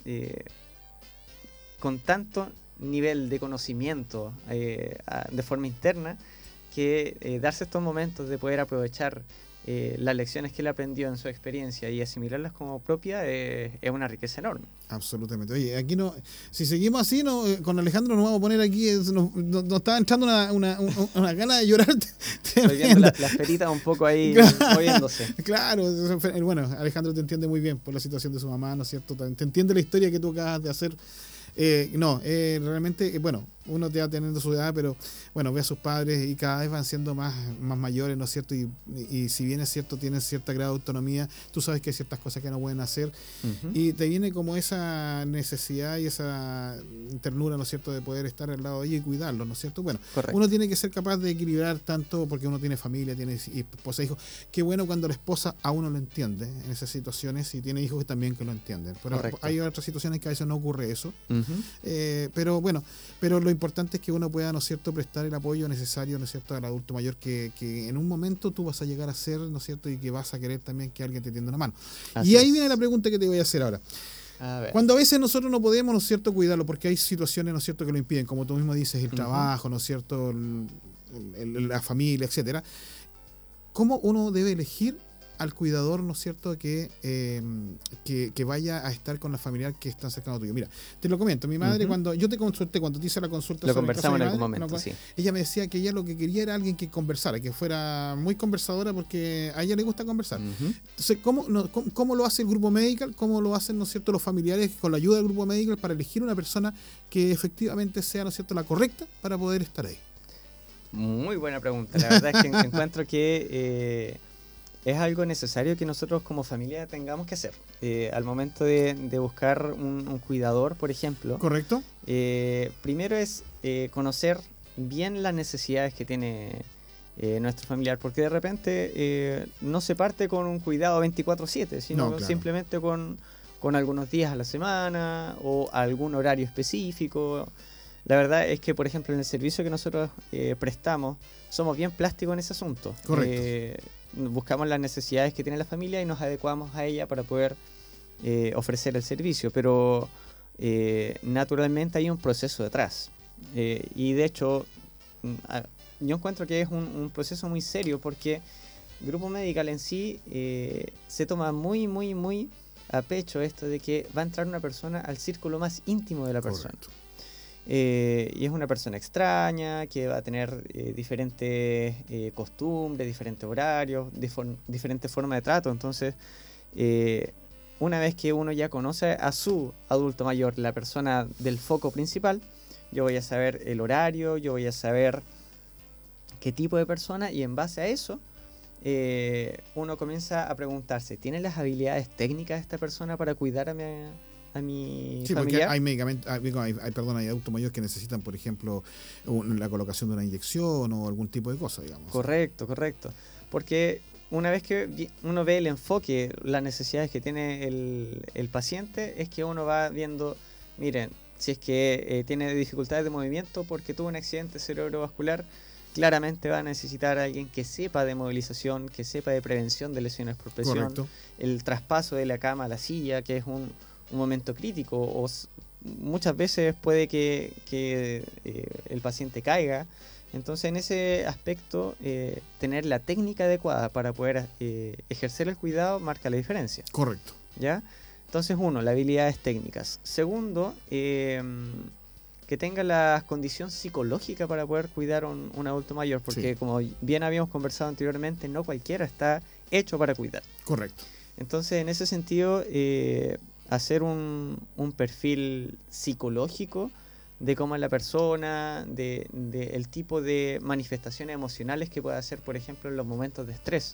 con tanto nivel de conocimiento de forma interna, que darse estos momentos de poder aprovechar las lecciones que él aprendió en su experiencia y asimilarlas como propia es una riqueza enorme. Absolutamente. Oye, aquí si seguimos así, con Alejandro nos vamos a poner aquí, nos está entrando una gana de llorar. Estoy viendo las peritas un poco ahí moviéndose. Claro, bueno, Alejandro te entiende muy bien por la situación de su mamá, ¿no es cierto? Te entiende la historia que tú acabas de hacer. Realmente, uno ya teniendo su edad, pero bueno, ve a sus padres y cada vez van siendo más mayores, ¿no es cierto? Y si bien es cierto, tienen cierta grado de autonomía, tú sabes que hay ciertas cosas que no pueden hacer y te viene como esa necesidad y esa ternura, ¿no es cierto?, de poder estar al lado de ellos y cuidarlos, ¿no es cierto? Bueno, correcto. Uno tiene que ser capaz de equilibrar tanto porque uno tiene familia, tiene esposa, hijos. Qué bueno cuando la esposa a uno lo entiende en esas situaciones y tiene hijos también que lo entienden. Pero hay otras situaciones que a veces no ocurre eso. Pero lo importante es que uno pueda, ¿no es cierto?, prestar el apoyo necesario, ¿no es cierto?, al adulto mayor que en un momento tú vas a llegar a ser, ¿no es cierto?, y que vas a querer también que alguien te tienda una mano. Así y ahí viene la pregunta que te voy a hacer ahora. Cuando a veces nosotros no podemos, ¿no es cierto?, cuidarlo porque hay situaciones, ¿no es cierto?, que lo impiden, como tú mismo dices, el trabajo, ¿no es cierto?, la familia, etcétera. ¿Cómo uno debe elegir al cuidador, ¿no es cierto?, que vaya a estar con la familiar que está cercano tuyo? Mira, te lo comento, mi madre, cuando yo te consulté, cuando te hice la consulta, lo conversamos en algún momento, sí. Ella me decía que ella lo que quería era alguien que conversara, que fuera muy conversadora, porque a ella le gusta conversar. Entonces, ¿cómo lo hace el grupo Medical? ¿Cómo lo hacen, ¿no es cierto?, los familiares con la ayuda del grupo Medical para elegir una persona que efectivamente sea, ¿no es cierto?, la correcta para poder estar ahí? Muy buena pregunta. La verdad es que encuentro que es algo necesario que nosotros como familia tengamos que hacer. Al momento de buscar un cuidador, por ejemplo. Correcto. Primero es conocer bien las necesidades que tiene nuestro familiar, porque de repente no se parte con un cuidado 24/7, sino simplemente con algunos días a la semana o algún horario específico. La verdad es que, por ejemplo, en el servicio que nosotros prestamos, somos bien plásticos en ese asunto. Correcto. Buscamos las necesidades que tiene la familia y nos adecuamos a ella para poder ofrecer el servicio, pero naturalmente hay un proceso detrás. Y de hecho, yo encuentro que es un proceso muy serio porque Grupo Medical en sí se toma muy, muy, muy a pecho esto de que va a entrar una persona al círculo más íntimo de la persona. Correcto. Y es una persona extraña que va a tener diferentes costumbres, diferentes horarios, diferentes formas de trato. Entonces, una vez que uno ya conoce a su adulto mayor, la persona del foco principal, yo voy a saber el horario, yo voy a saber qué tipo de persona, y en base a eso uno comienza a preguntarse, ¿tiene las habilidades técnicas esta persona para cuidar a mi familiar? Porque hay medicamentos, hay adultos mayores que necesitan, por ejemplo, la colocación de una inyección o algún tipo de cosa, digamos. Correcto. Porque una vez que uno ve el enfoque, las necesidades que tiene el paciente, es que uno va viendo, miren, Si es que tiene dificultades de movimiento porque tuvo un accidente cerebrovascular, claramente va a necesitar a alguien que sepa de movilización, que sepa de prevención de lesiones por presión. Correcto. El traspaso de la cama a la silla, que es un momento crítico, muchas veces puede que el paciente caiga. Entonces, en ese aspecto, tener la técnica adecuada para poder ejercer el cuidado marca la diferencia. Correcto. ¿Ya? Entonces, uno, las habilidades técnicas. Segundo, que tenga la condición psicológica para poder cuidar a un adulto mayor, porque como bien habíamos conversado anteriormente, no cualquiera está hecho para cuidar. Correcto. Entonces, en ese sentido, hacer un perfil psicológico de cómo es la persona, de el tipo de manifestaciones emocionales que puede hacer, por ejemplo, en los momentos de estrés.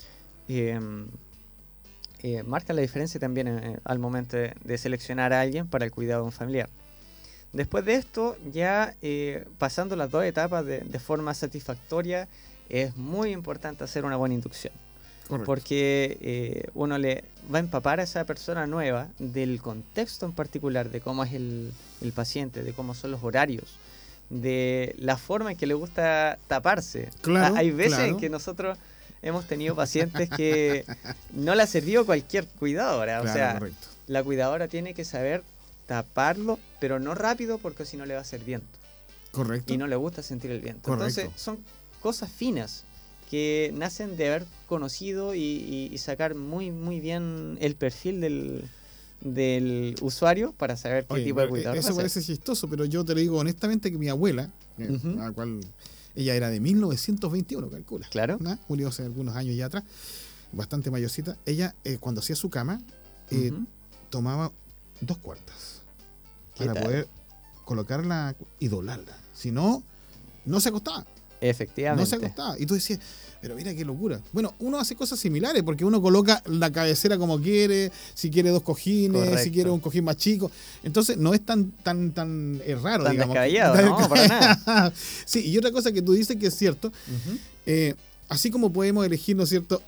Marca la diferencia también al momento de seleccionar a alguien para el cuidado de un familiar. Después de esto, ya pasando las dos etapas de forma satisfactoria, es muy importante hacer una buena inducción. Correcto. Porque uno le va a empapar a esa persona nueva del contexto en particular, de cómo es el paciente, de cómo son los horarios, de la forma en que le gusta taparse. Claro, Hay veces claro. en que nosotros hemos tenido pacientes que no le ha servido cualquier cuidadora. Claro, O sea, correcto. la cuidadora tiene que saber taparlo, pero no rápido, porque si no le va a hacer viento. Correcto. Y no le gusta sentir el viento. Correcto. Entonces, son cosas finas que nacen de haber conocido y sacar muy, muy bien el perfil del usuario para saber qué Oye, tipo de cuidador va a eso ser. parece chistoso, pero yo te lo digo honestamente que mi abuela, Ujú. a la cual ella era de 1921, calcula. Claro. ¿no? Murió hace algunos años ya atrás, bastante mayorcita. Ella, cuando hacía su cama, Ujú. tomaba 2 cuartas ¿Qué para tal? poder colocarla y doblarla. Si no, no se acostaba. Efectivamente. No se acostaba. Y tú decías, pero mira qué locura. Bueno, uno hace cosas similares porque uno coloca la cabecera como quiere, si quiere 2 cojines, Correcto. si quiere un cojín más chico. Entonces no es tan raro, Tan digamos. descabellado, no, para nada. Sí, y otra cosa que tú dices que es cierto, Ujú. así como podemos elegir, ¿no es cierto?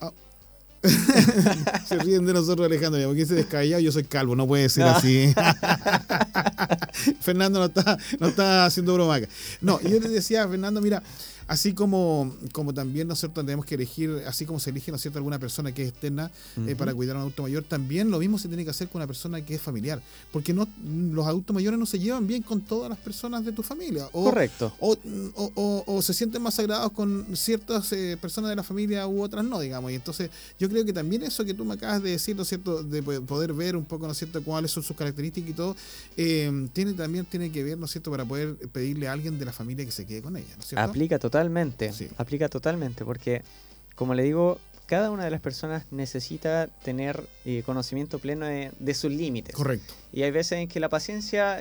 Se ríen de nosotros, Alejandro, porque dice descabellado, yo soy calvo, no puede ser No. así. Fernando no está haciendo broma acá. No, y yo te decía, Fernando, mira, así como también, ¿no es cierto?, tenemos que elegir, así como se elige, ¿no es cierto?, alguna persona que es externa Ujú. para cuidar a un adulto mayor, también lo mismo se tiene que hacer con una persona que es familiar, porque no, los adultos mayores no se llevan bien con todas las personas de tu familia. Correcto. O se sienten más agradados con ciertas personas de la familia u otras no, digamos. Y entonces yo creo que también eso que tú me acabas de decir, ¿no es cierto?, de poder ver un poco, ¿no es cierto?, cuáles son sus características y todo, tiene que ver, ¿no es cierto?, para poder pedirle a alguien de la familia que se quede con ella, ¿no es cierto? Aplica totalmente. Sí. Aplica totalmente, porque, como le digo, cada una de las personas necesita tener conocimiento pleno de sus límites. Correcto. Y hay veces en que la paciencia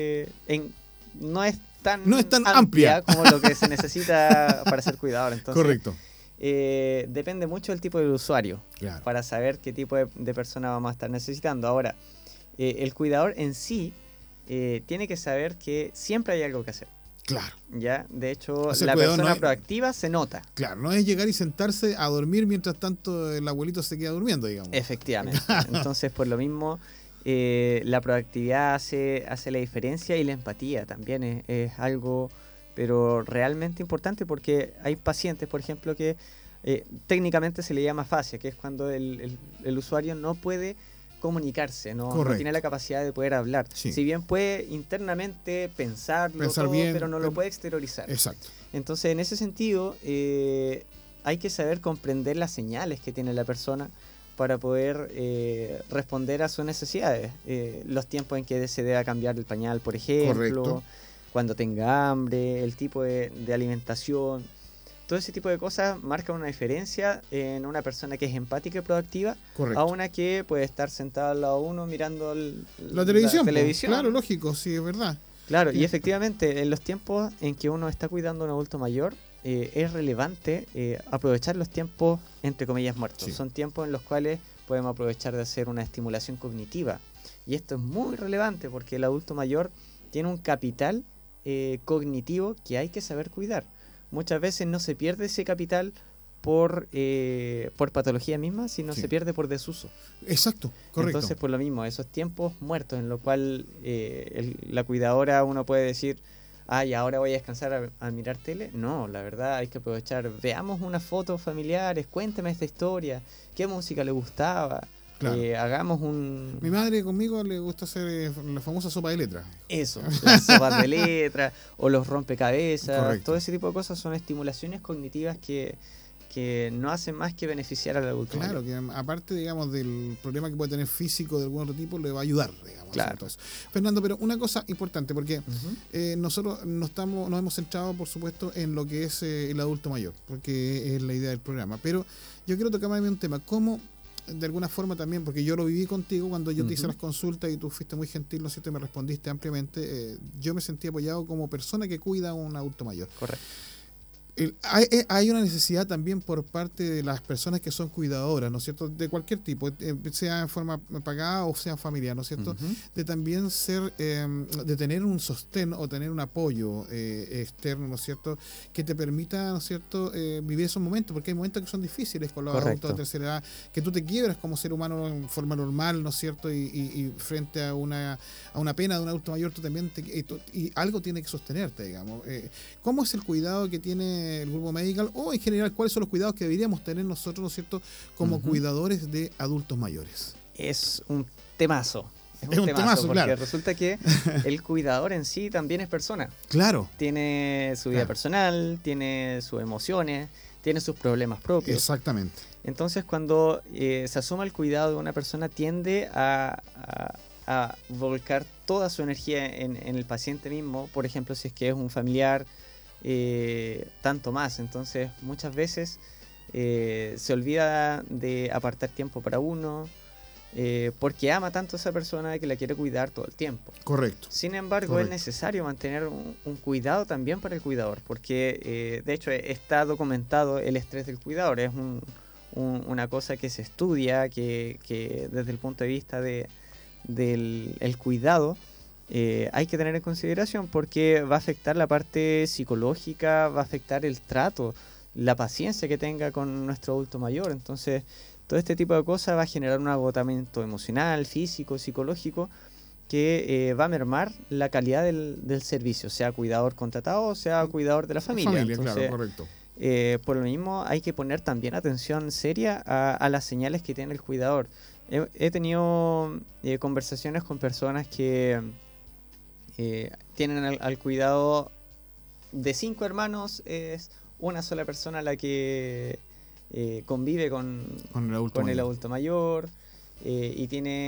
no es tan, No es tan amplia. como lo que se necesita para ser cuidador. Entonces, Correcto. Depende mucho del tipo de usuario Claro. para saber qué tipo de persona vamos a estar necesitando. Ahora, el cuidador en sí tiene que saber que siempre hay algo que hacer. Claro. ¿Ya? De hecho, Hacer la cuidado persona no es- proactiva se nota. Claro, no es llegar y sentarse a dormir mientras tanto el abuelito se queda durmiendo, digamos. Efectivamente. Entonces, por lo mismo, la proactividad hace la diferencia, y la empatía también es algo, pero realmente importante, porque hay pacientes, por ejemplo, que técnicamente se le llama afasia, que es cuando el usuario no puede comunicarse, no Correcto. tiene la capacidad de poder hablar. Sí. Si bien puede internamente pensar Pensar todo, bien, pero no lo pero- puede exteriorizar. Exacto. Entonces, en ese sentido, hay que saber comprender las señales que tiene la persona para poder responder a sus necesidades. Los tiempos en que se deba cambiar el pañal, por ejemplo, Correcto. cuando tenga hambre, el tipo de alimentación. Todo ese tipo de cosas marcan una diferencia en una persona que es empática y proactiva Correcto. a una que puede estar sentada al lado de uno mirando La televisión. po. televisión. Claro, lógico, sí, es verdad. Claro, y Sí. efectivamente, en los tiempos en que uno está cuidando a un adulto mayor, es relevante aprovechar los tiempos, entre comillas, muertos. Sí. Son tiempos en los cuales podemos aprovechar de hacer una estimulación cognitiva. Y esto es muy relevante porque el adulto mayor tiene un capital cognitivo que hay que saber cuidar. Muchas veces no se pierde ese capital por patología misma, sino Sí. se pierde por desuso. Exacto, correcto. Entonces, por lo mismo, esos tiempos muertos en lo cual la cuidadora, uno puede decir, ay, ahora voy a descansar a mirar tele. No, la verdad hay que aprovechar. Veamos unas fotos familiares, cuénteme esta historia, qué música le gustaba. Claro. Hagamos un... Mi madre conmigo le gusta hacer la famosa sopa de letras. Eso, las sopas de letra o los rompecabezas, Correcto. todo ese tipo de cosas son estimulaciones cognitivas que no hacen más que beneficiar al adulto Claro, mayor. que aparte, digamos, del problema que puede tener físico de algún otro tipo, le va a ayudar, digamos. Claro. Entonces, Fernando, pero una cosa importante, porque Ujú. nosotros nos hemos centrado, por supuesto, en lo que es el adulto mayor, porque es la idea del programa. Pero yo quiero tocarme un tema, cómo de alguna forma también, porque yo lo viví contigo cuando yo te hice Ujú. las consultas y tú fuiste muy gentil, ¿no es cierto? Y me respondiste ampliamente. Yo me sentí apoyado como persona que cuida a un adulto mayor. Correcto. Hay una necesidad también por parte de las personas que son cuidadoras, ¿no es cierto? De cualquier tipo, sea en forma pagada o sea familiar, ¿no es cierto? Ujú. De también ser, de tener un sostén o tener un apoyo externo, ¿no es cierto? Que te permita, ¿no es cierto? Vivir esos momentos, porque hay momentos que son difíciles con los Correcto. adultos de tercera edad, que tú te quiebras como ser humano en forma normal, ¿no es cierto? Y frente a una pena de un adulto mayor, tú también y algo tiene que sostenerte, digamos. ¿Cómo es el cuidado que tiene el grupo Medical o en general cuáles son los cuidados que deberíamos tener nosotros, ¿no es cierto?, como Ujú. cuidadores de adultos mayores? Es un temazo. Es un temazo, porque claro. resulta que el cuidador en sí también es persona. Claro, Tiene su vida Claro. personal, tiene sus emociones, tiene sus problemas propios. exactamente. Entonces, cuando se asuma el cuidado de una persona, tiende a volcar toda su energía en el paciente mismo. Por ejemplo, si es que es un familiar, tanto más. Entonces, muchas veces se olvida de apartar tiempo para uno, porque ama tanto a esa persona que la quiere cuidar todo el tiempo. Correcto. Sin embargo, Correcto. es necesario mantener un cuidado también para el cuidador, porque de hecho está documentado el estrés del cuidador. Es una cosa que se estudia, que desde el punto de vista del el cuidado hay que tener en consideración, porque va a afectar la parte psicológica, va a afectar el trato, la paciencia que tenga con nuestro adulto mayor. Entonces, todo este tipo de cosas va a generar un agotamiento emocional, físico, psicológico, que va a mermar la calidad del servicio, sea cuidador contratado o sea cuidador de la familia. Entonces, claro, correcto. por lo mismo hay que poner también atención seria a las señales que tiene el cuidador. He tenido conversaciones con personas que tienen al cuidado de 5 hermanos, es una sola persona la que convive con el adulto el mayor. adulto mayor, y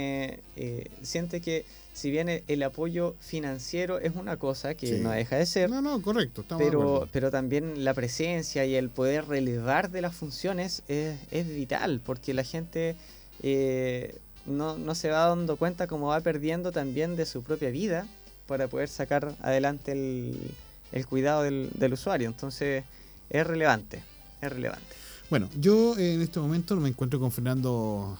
siente que si bien el apoyo financiero es una cosa que Sí. no deja de ser, No, correcto, estamos de acuerdo. pero también la presencia y el poder relevar de las funciones es vital, porque la gente no se va dando cuenta cómo va perdiendo también de su propia vida para poder sacar adelante el cuidado del usuario. Entonces es relevante. Bueno, yo en este momento me encuentro con Fernando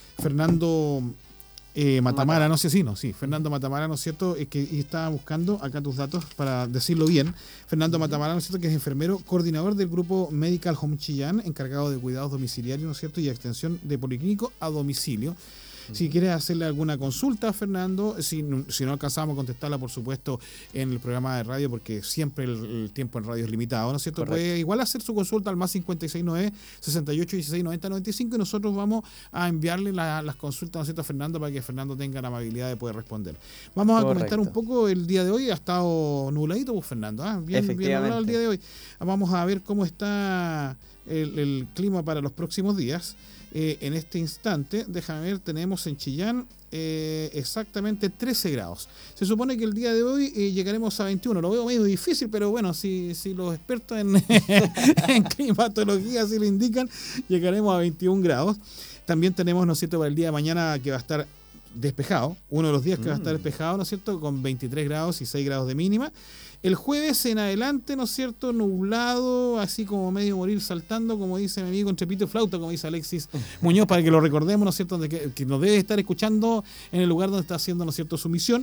Matamara, no sé si sí, Fernando Matamara, ¿no es cierto? Y estaba buscando acá tus datos para decirlo bien. Fernando Matamara, ¿no es cierto?, que es enfermero, coordinador del grupo Medical Home Chillán, encargado de cuidados domiciliarios, ¿no es cierto?, y extensión de policlínico a domicilio. Si quieres hacerle alguna consulta, Fernando, si no alcanzamos a contestarla, por supuesto, en el programa de radio, porque siempre el tiempo en radio es limitado, ¿no es cierto? Correcto. Puede igual hacer su consulta al más 569-6816-9095 y nosotros vamos a enviarle las consultas, ¿no es cierto?, a Fernando, para que Fernando tenga la amabilidad de poder responder. Vamos a comentar un poco el día de hoy. Ha estado nubladito, pues, Fernando, bien nublado el día de hoy. Vamos a ver cómo está el clima para los próximos días. En este instante, déjame ver, tenemos en Chillán exactamente 13 grados. Se supone que el día de hoy llegaremos a 21. Lo veo medio difícil, pero bueno, si los expertos en climatología así lo indican, llegaremos a 21 grados. También tenemos, ¿no es cierto?, para el día de mañana que va a estar despejado, uno de los días que va a estar despejado, ¿no es cierto?, con 23 grados y 6 grados de mínima. El jueves en adelante, ¿no es cierto?, nublado, así como medio morir saltando, como dice mi amigo, entre pito y flauta, como dice Alexis Muñoz, para que lo recordemos, ¿no es cierto?, que nos debe estar escuchando en el lugar donde está haciendo, ¿no es cierto?, su misión.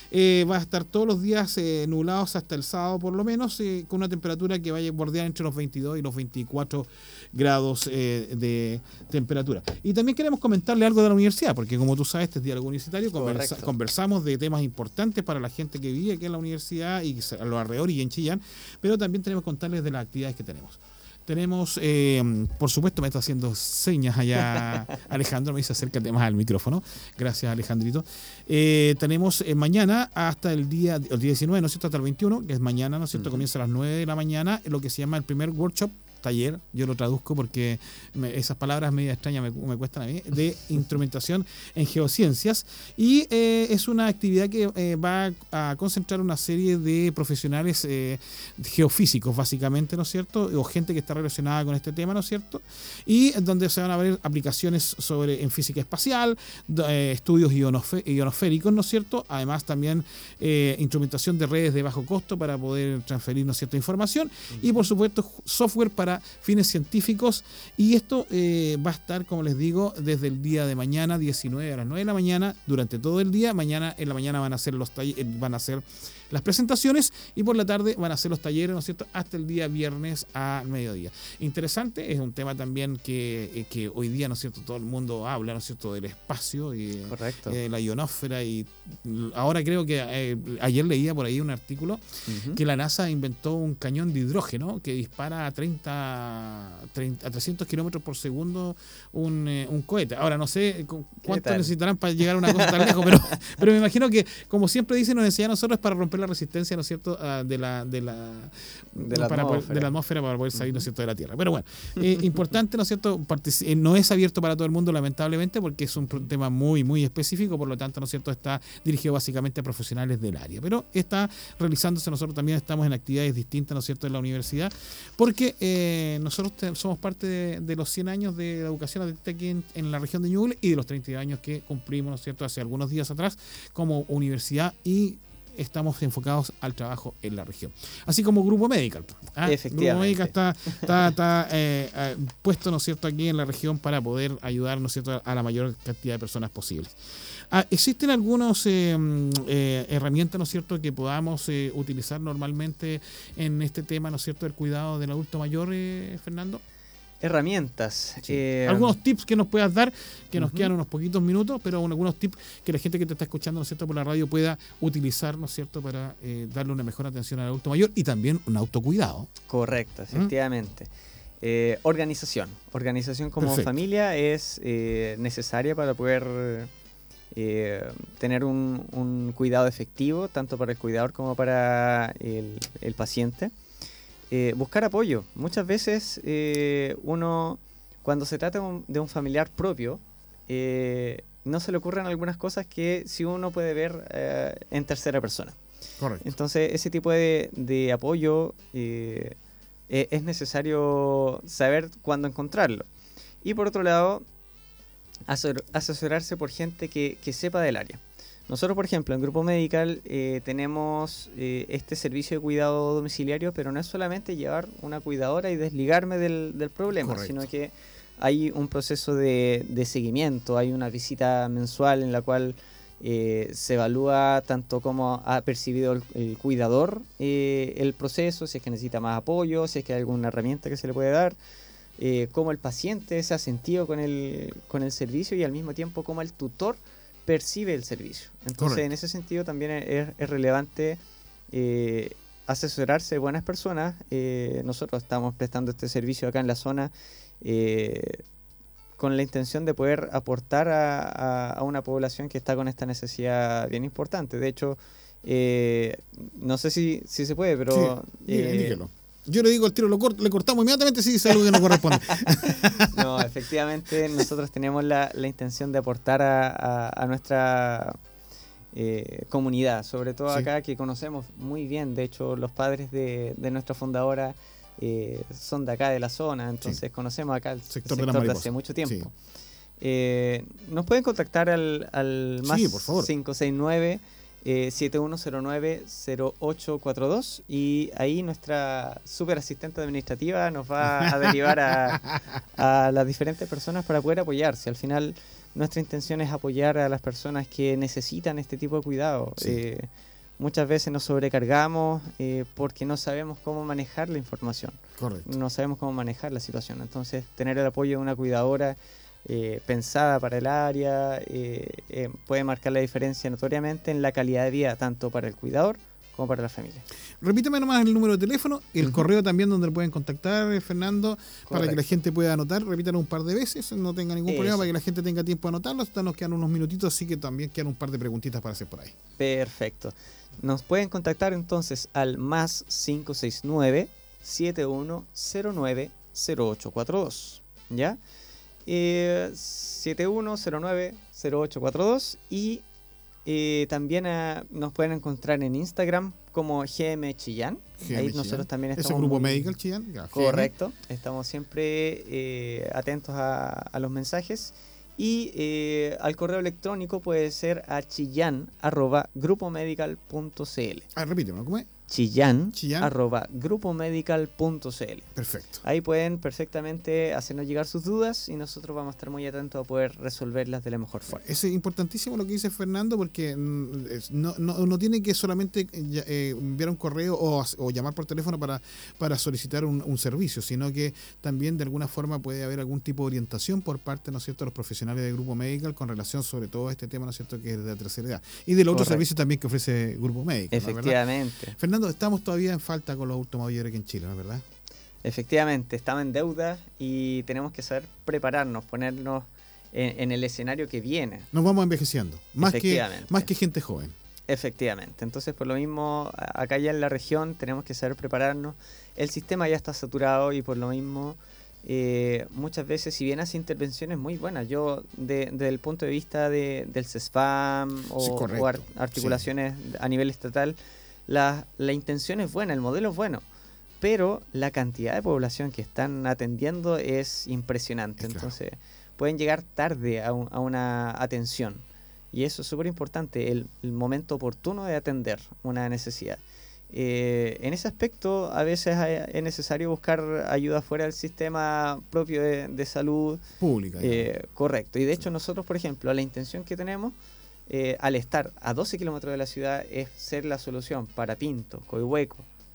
Va a estar todos los días nublados hasta el sábado por lo menos, con una temperatura que vaya a bordear entre los 22 y los 24 grados de temperatura. Y también queremos comentarle algo de la universidad, porque como tú sabes, este es Diálogo Universitario, conversamos de temas importantes para la gente que vive aquí en la universidad y a los alrededores y en Chillán, pero también tenemos que contarles de las actividades que tenemos. Tenemos, por supuesto, me está haciendo señas allá Alejandro, me dice acércate más al micrófono. Gracias, Alejandrito. Tenemos mañana hasta el día 19, ¿no es cierto? Hasta el 21, que es mañana, ¿no es cierto? Comienza a las 9 de la mañana, lo que se llama el primer workshop, taller, yo lo traduzco porque esas palabras medio extrañas me cuestan a mí, de instrumentación en geociencias, y es una actividad que va a concentrar una serie de profesionales geofísicos básicamente, ¿no es cierto? O gente que está relacionada con este tema, ¿no es cierto? Y donde se van a ver aplicaciones en física espacial, estudios ionosféricos, ¿no es cierto? Además también instrumentación de redes de bajo costo para poder transferir, ¿no es cierto?, información, y por supuesto software para fines científicos, y esto va a estar, como les digo, desde el día de mañana 19 a las 9 de la mañana, durante todo el día. En la mañana van a hacer las presentaciones, y por la tarde van a hacer los talleres, ¿no es cierto?, hasta el día viernes a mediodía. Interesante, es un tema también que hoy día, ¿no es cierto?, todo el mundo habla, ¿no es cierto?, del espacio y la ionosfera, y ahora creo que ayer leía por ahí un artículo que la NASA inventó un cañón de hidrógeno que dispara a 300 kilómetros por segundo un cohete. Ahora no sé cuánto necesitarán para llegar a una cosa tan lejos, pero me imagino que, como siempre dicen, nos enseña a nosotros para romper la resistencia, ¿no es cierto?, de la atmósfera para poder salir, ¿no es cierto?, de la Tierra. Pero bueno, importante, ¿no es cierto?, no es abierto para todo el mundo, lamentablemente, porque es un tema muy, muy específico, por lo tanto, ¿no es cierto?, está dirigido básicamente a profesionales del área. Pero está realizándose, nosotros también estamos en actividades distintas, ¿no es cierto?, en la universidad, porque nosotros somos parte de los 100 años de la educación artística aquí en la región de Ñuble, y de los 30 años que cumplimos, ¿no es cierto?, hace algunos días atrás como universidad, y estamos enfocados al trabajo en la región. Así como Grupo Medical. Efectivamente. Grupo Medical está puesto, ¿no es cierto?, aquí en la región para poder ayudar, ¿no es cierto?, a la mayor cantidad de personas posibles. Existen algunas herramientas, ¿no es cierto?, que podamos utilizar normalmente en este tema, ¿no es cierto?, del cuidado del adulto mayor, Fernando. Herramientas. Sí. Algunos tips que nos puedas dar, que nos quedan unos poquitos minutos, pero algunos tips que la gente que te está escuchando, ¿no es cierto?, por la radio pueda utilizar, ¿no es cierto?, para darle una mejor atención al adulto mayor y también un autocuidado. Correcto, efectivamente. Organización como Perfecto. Familia es necesaria para poder tener un cuidado efectivo, tanto para el cuidador como para el paciente. Buscar apoyo. Muchas veces uno, cuando se trata de un familiar propio, no se le ocurren algunas cosas que si uno puede ver en tercera persona. Correcto. Entonces, ese tipo de apoyo es necesario saber cuándo encontrarlo. Y por otro lado, asesorarse por gente que sepa del área. Nosotros, por ejemplo, en Grupo Medical tenemos este servicio de cuidado domiciliario, pero no es solamente llevar una cuidadora y desligarme del problema, Correcto. Sino que hay un proceso de seguimiento, hay una visita mensual en la cual se evalúa tanto cómo ha percibido el cuidador el proceso, si es que necesita más apoyo, si es que hay alguna herramienta que se le puede dar, cómo el paciente se ha sentido con el servicio, y al mismo tiempo cómo el tutor percibe el servicio. Entonces, Correcto. En ese sentido también es relevante asesorarse de buenas personas. Nosotros estamos prestando este servicio acá en la zona con la intención de poder aportar a una población que está con esta necesidad bien importante. De hecho, no sé si se puede, pero... Sí, dígalo. Yo le digo al tiro, le cortamos inmediatamente si dice algo que no corresponde. No, efectivamente, nosotros tenemos la intención de aportar a nuestra comunidad, sobre todo sí. Acá que conocemos muy bien. De hecho, los padres de nuestra fundadora son de acá, de la zona, entonces sí. Conocemos acá el sector de hace mucho tiempo. Sí. Nos pueden contactar al más 569 7109-0842, y ahí nuestra super asistente administrativa nos va a derivar a las diferentes personas para poder apoyarse. Al final nuestra intención es apoyar a las personas que necesitan este tipo de cuidado. Sí. Muchas veces nos sobrecargamos porque no sabemos cómo manejar la información. Correcto. No sabemos cómo manejar la situación. Entonces, tener el apoyo de una cuidadora pensada para el área puede marcar la diferencia notoriamente en la calidad de vida, tanto para el cuidador como para la familia. Repítame nomás el número de teléfono, el correo también donde lo pueden contactar, Fernando, para Correcto. que la gente pueda anotar. Repítalo un par de veces, no tenga ningún problema, para que la gente tenga tiempo de anotarlo. Hasta nos quedan unos minutitos, así que también quedan un par de preguntitas para hacer por ahí. Perfecto. Nos pueden contactar entonces al más 569-7109-0842. ¿Ya? 7109-0842 y también nos pueden encontrar en Instagram como GM Chillán. Ahí GM nosotros Chillán. también estamos. Ese grupo Medical Chillán. Ya, Correcto. Estamos siempre atentos a los mensajes. Y al correo electrónico puede ser a chillan@grupomedical.cl. Repíteme, ¿cómo es? chillan@grupomedical.cl. Perfecto. Ahí pueden perfectamente hacernos llegar sus dudas y nosotros vamos a estar muy atentos a poder resolverlas de la mejor forma. Es importantísimo lo que dice Fernando, porque no tiene que solamente enviar un correo o llamar por teléfono para solicitar un servicio, sino que también de alguna forma puede haber algún tipo de orientación por parte, ¿no es cierto?, de los profesionales del Grupo Medical con relación sobre todo a este tema, ¿no es cierto?, que es de la tercera edad. Y de los otros servicios también que ofrece Grupo Medical. Efectivamente. Fernando, estamos todavía en falta con los adultos mayores aquí en Chile, ¿no es verdad? Efectivamente, estamos en deuda y tenemos que saber prepararnos, ponernos en el escenario que viene. Nos vamos envejeciendo, más que gente joven. Efectivamente, entonces por lo mismo, acá ya en la región tenemos que saber prepararnos. El sistema ya está saturado y por lo mismo muchas veces, si bien hace intervenciones muy buenas, yo desde el punto de vista del CESFAM o articulaciones a nivel estatal, la intención es buena, el modelo es bueno, pero la cantidad de población que están atendiendo es impresionante. Entonces pueden llegar tarde a una atención y eso es súper importante, el momento oportuno de atender una necesidad. En ese aspecto a veces es necesario buscar ayuda fuera del sistema propio de salud pública. Correcto, y de hecho nosotros, por ejemplo, la intención que tenemos al estar a 12 kilómetros de la ciudad es ser la solución para Pinto, Coihueco,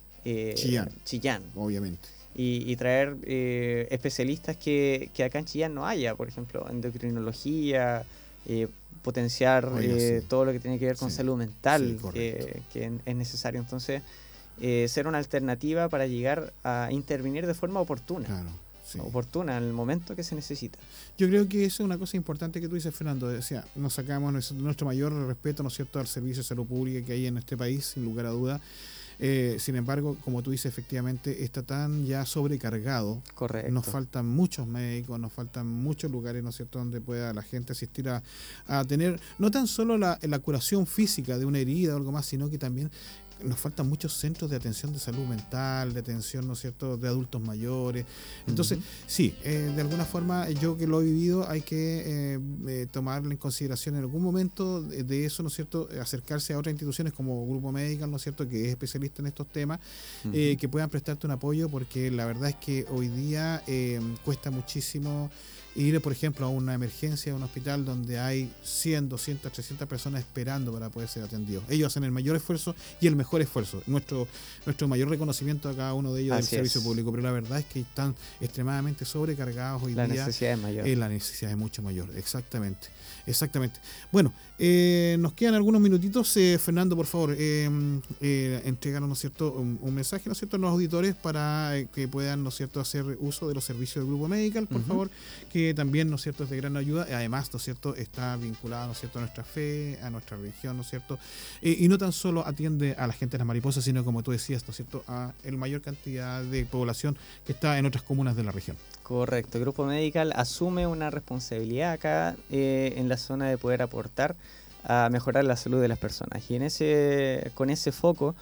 Chillán, obviamente, y traer especialistas que acá en Chillán no haya, por ejemplo, endocrinología, potenciar todo lo que tiene que ver con salud mental, que es necesario. Entonces, ser una alternativa para llegar a intervenir de forma oportuna. Claro. Oportuna en el momento que se necesita. Yo creo que eso es una cosa importante que tú dices, Fernando. O sea, nos sacamos nuestro mayor respeto, ¿no es cierto?, al servicio de salud pública que hay en este país, sin lugar a duda. Sin embargo, como tú dices, efectivamente está tan ya sobrecargado. Correcto. Nos faltan muchos médicos, nos faltan muchos lugares, ¿no es cierto?, donde pueda la gente asistir a tener no tan solo la curación física de una herida o algo más, sino que también nos faltan muchos centros de atención de salud mental, de atención, ¿no es cierto?, de adultos mayores. Entonces, sí, de alguna forma, yo que lo he vivido, hay que tomarlo en consideración en algún momento de eso, ¿no es cierto?, acercarse a otras instituciones como Grupo Medical, ¿no es cierto?, que es especialista en estos temas, que puedan prestarte un apoyo, porque la verdad es que hoy día cuesta muchísimo ir, por ejemplo, a una emergencia, a un hospital donde hay 100, 200, 300 personas esperando para poder ser atendidos. Ellos hacen el mayor esfuerzo y el mejor esfuerzo. Nuestro mayor reconocimiento a cada uno de ellos del servicio público, pero la verdad es que están extremadamente sobrecargados hoy día. La necesidad es mayor. La necesidad es mucho mayor, exactamente. Bueno, nos quedan algunos minutitos. Fernando, por favor, entreganos, ¿no es cierto?, un mensaje, ¿no es cierto?, a los auditores para que puedan, ¿no es cierto?, hacer uso de los servicios del Grupo Medical, por favor, que también, ¿no es cierto?, es de gran ayuda. Además, ¿no es cierto?, está vinculado, ¿no es cierto?, a nuestra fe, a nuestra religión, ¿no es cierto?, y no tan solo atiende a la gente de las mariposas, sino, como tú decías, ¿no es cierto?, a la mayor cantidad de población que está en otras comunas de la región. Correcto, el Grupo Medical asume una responsabilidad acá en la zona de poder aportar a mejorar la salud de las personas. Y con ese foco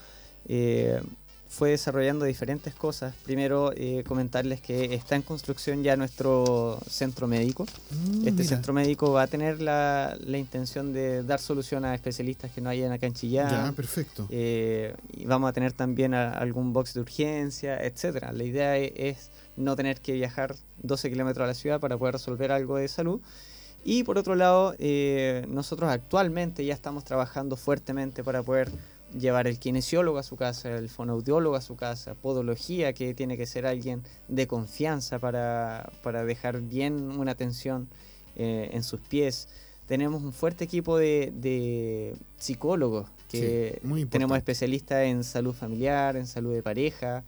fue desarrollando diferentes cosas. Primero, comentarles que está en construcción ya nuestro centro médico. Centro médico va a tener la intención de dar solución a especialistas que no hayan acá en Chillán. Ya, perfecto. Y vamos a tener también algún box de urgencia, etcétera. La idea es no tener que viajar 12 kilómetros a la ciudad para poder resolver algo de salud. Y por otro lado, nosotros actualmente ya estamos trabajando fuertemente para poder llevar el kinesiólogo a su casa, el fonoaudiólogo a su casa, podología, que tiene que ser alguien de confianza para dejar bien una atención en sus pies. Tenemos un fuerte equipo de psicólogos, que tenemos especialistas en salud familiar, en salud de pareja,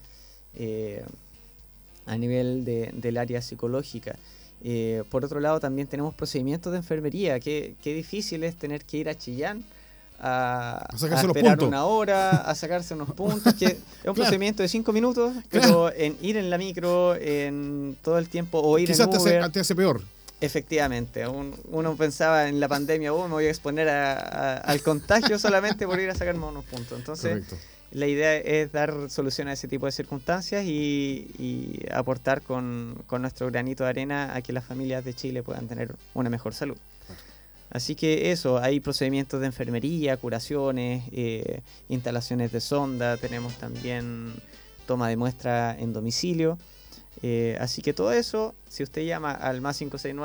a nivel del área psicológica. Por otro lado, también tenemos procedimientos de enfermería. Qué difícil es tener que ir a Chillán a esperar una hora, a sacarse unos puntos, que es un procedimiento de 5 minutos, pero en ir en la micro, en todo el tiempo, o ir quizás en Uber, te hace peor. Efectivamente, uno pensaba en la pandemia, me voy a exponer al contagio solamente por ir a sacarme unos puntos. Entonces, correcto, la idea es dar solución a ese tipo de circunstancias y aportar con nuestro granito de arena a que las familias de Chile puedan tener una mejor salud. Así que eso, hay procedimientos de enfermería, curaciones, instalaciones de sonda, tenemos también toma de muestra en domicilio. Así que todo eso, si usted llama al más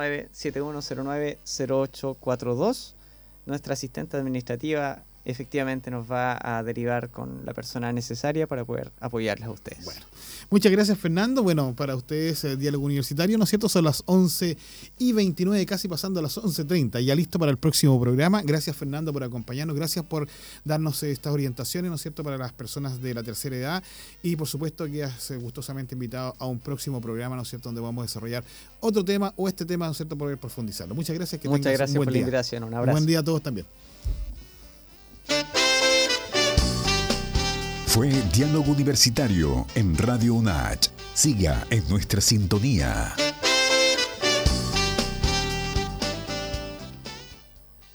569-7109-0842, nuestra asistente administrativa efectivamente nos va a derivar con la persona necesaria para poder apoyarles a ustedes. Bueno, muchas gracias, Fernando. Bueno, para ustedes el Diálogo Universitario, ¿no es cierto? Son las 11:29, casi pasando a las 11:30, ya listo para el próximo programa. Gracias, Fernando, por acompañarnos, gracias por darnos estas orientaciones, ¿no es cierto?, para las personas de la tercera edad, y por supuesto que has gustosamente invitado a un próximo programa, ¿no es cierto?, donde vamos a desarrollar otro tema o este tema, ¿no es cierto?, por profundizarlo. Muchas gracias. Muchas gracias por la invitación. Un abrazo. Buen día a todos también. Fue Diálogo Universitario en Radio UNACH. Siga en nuestra sintonía.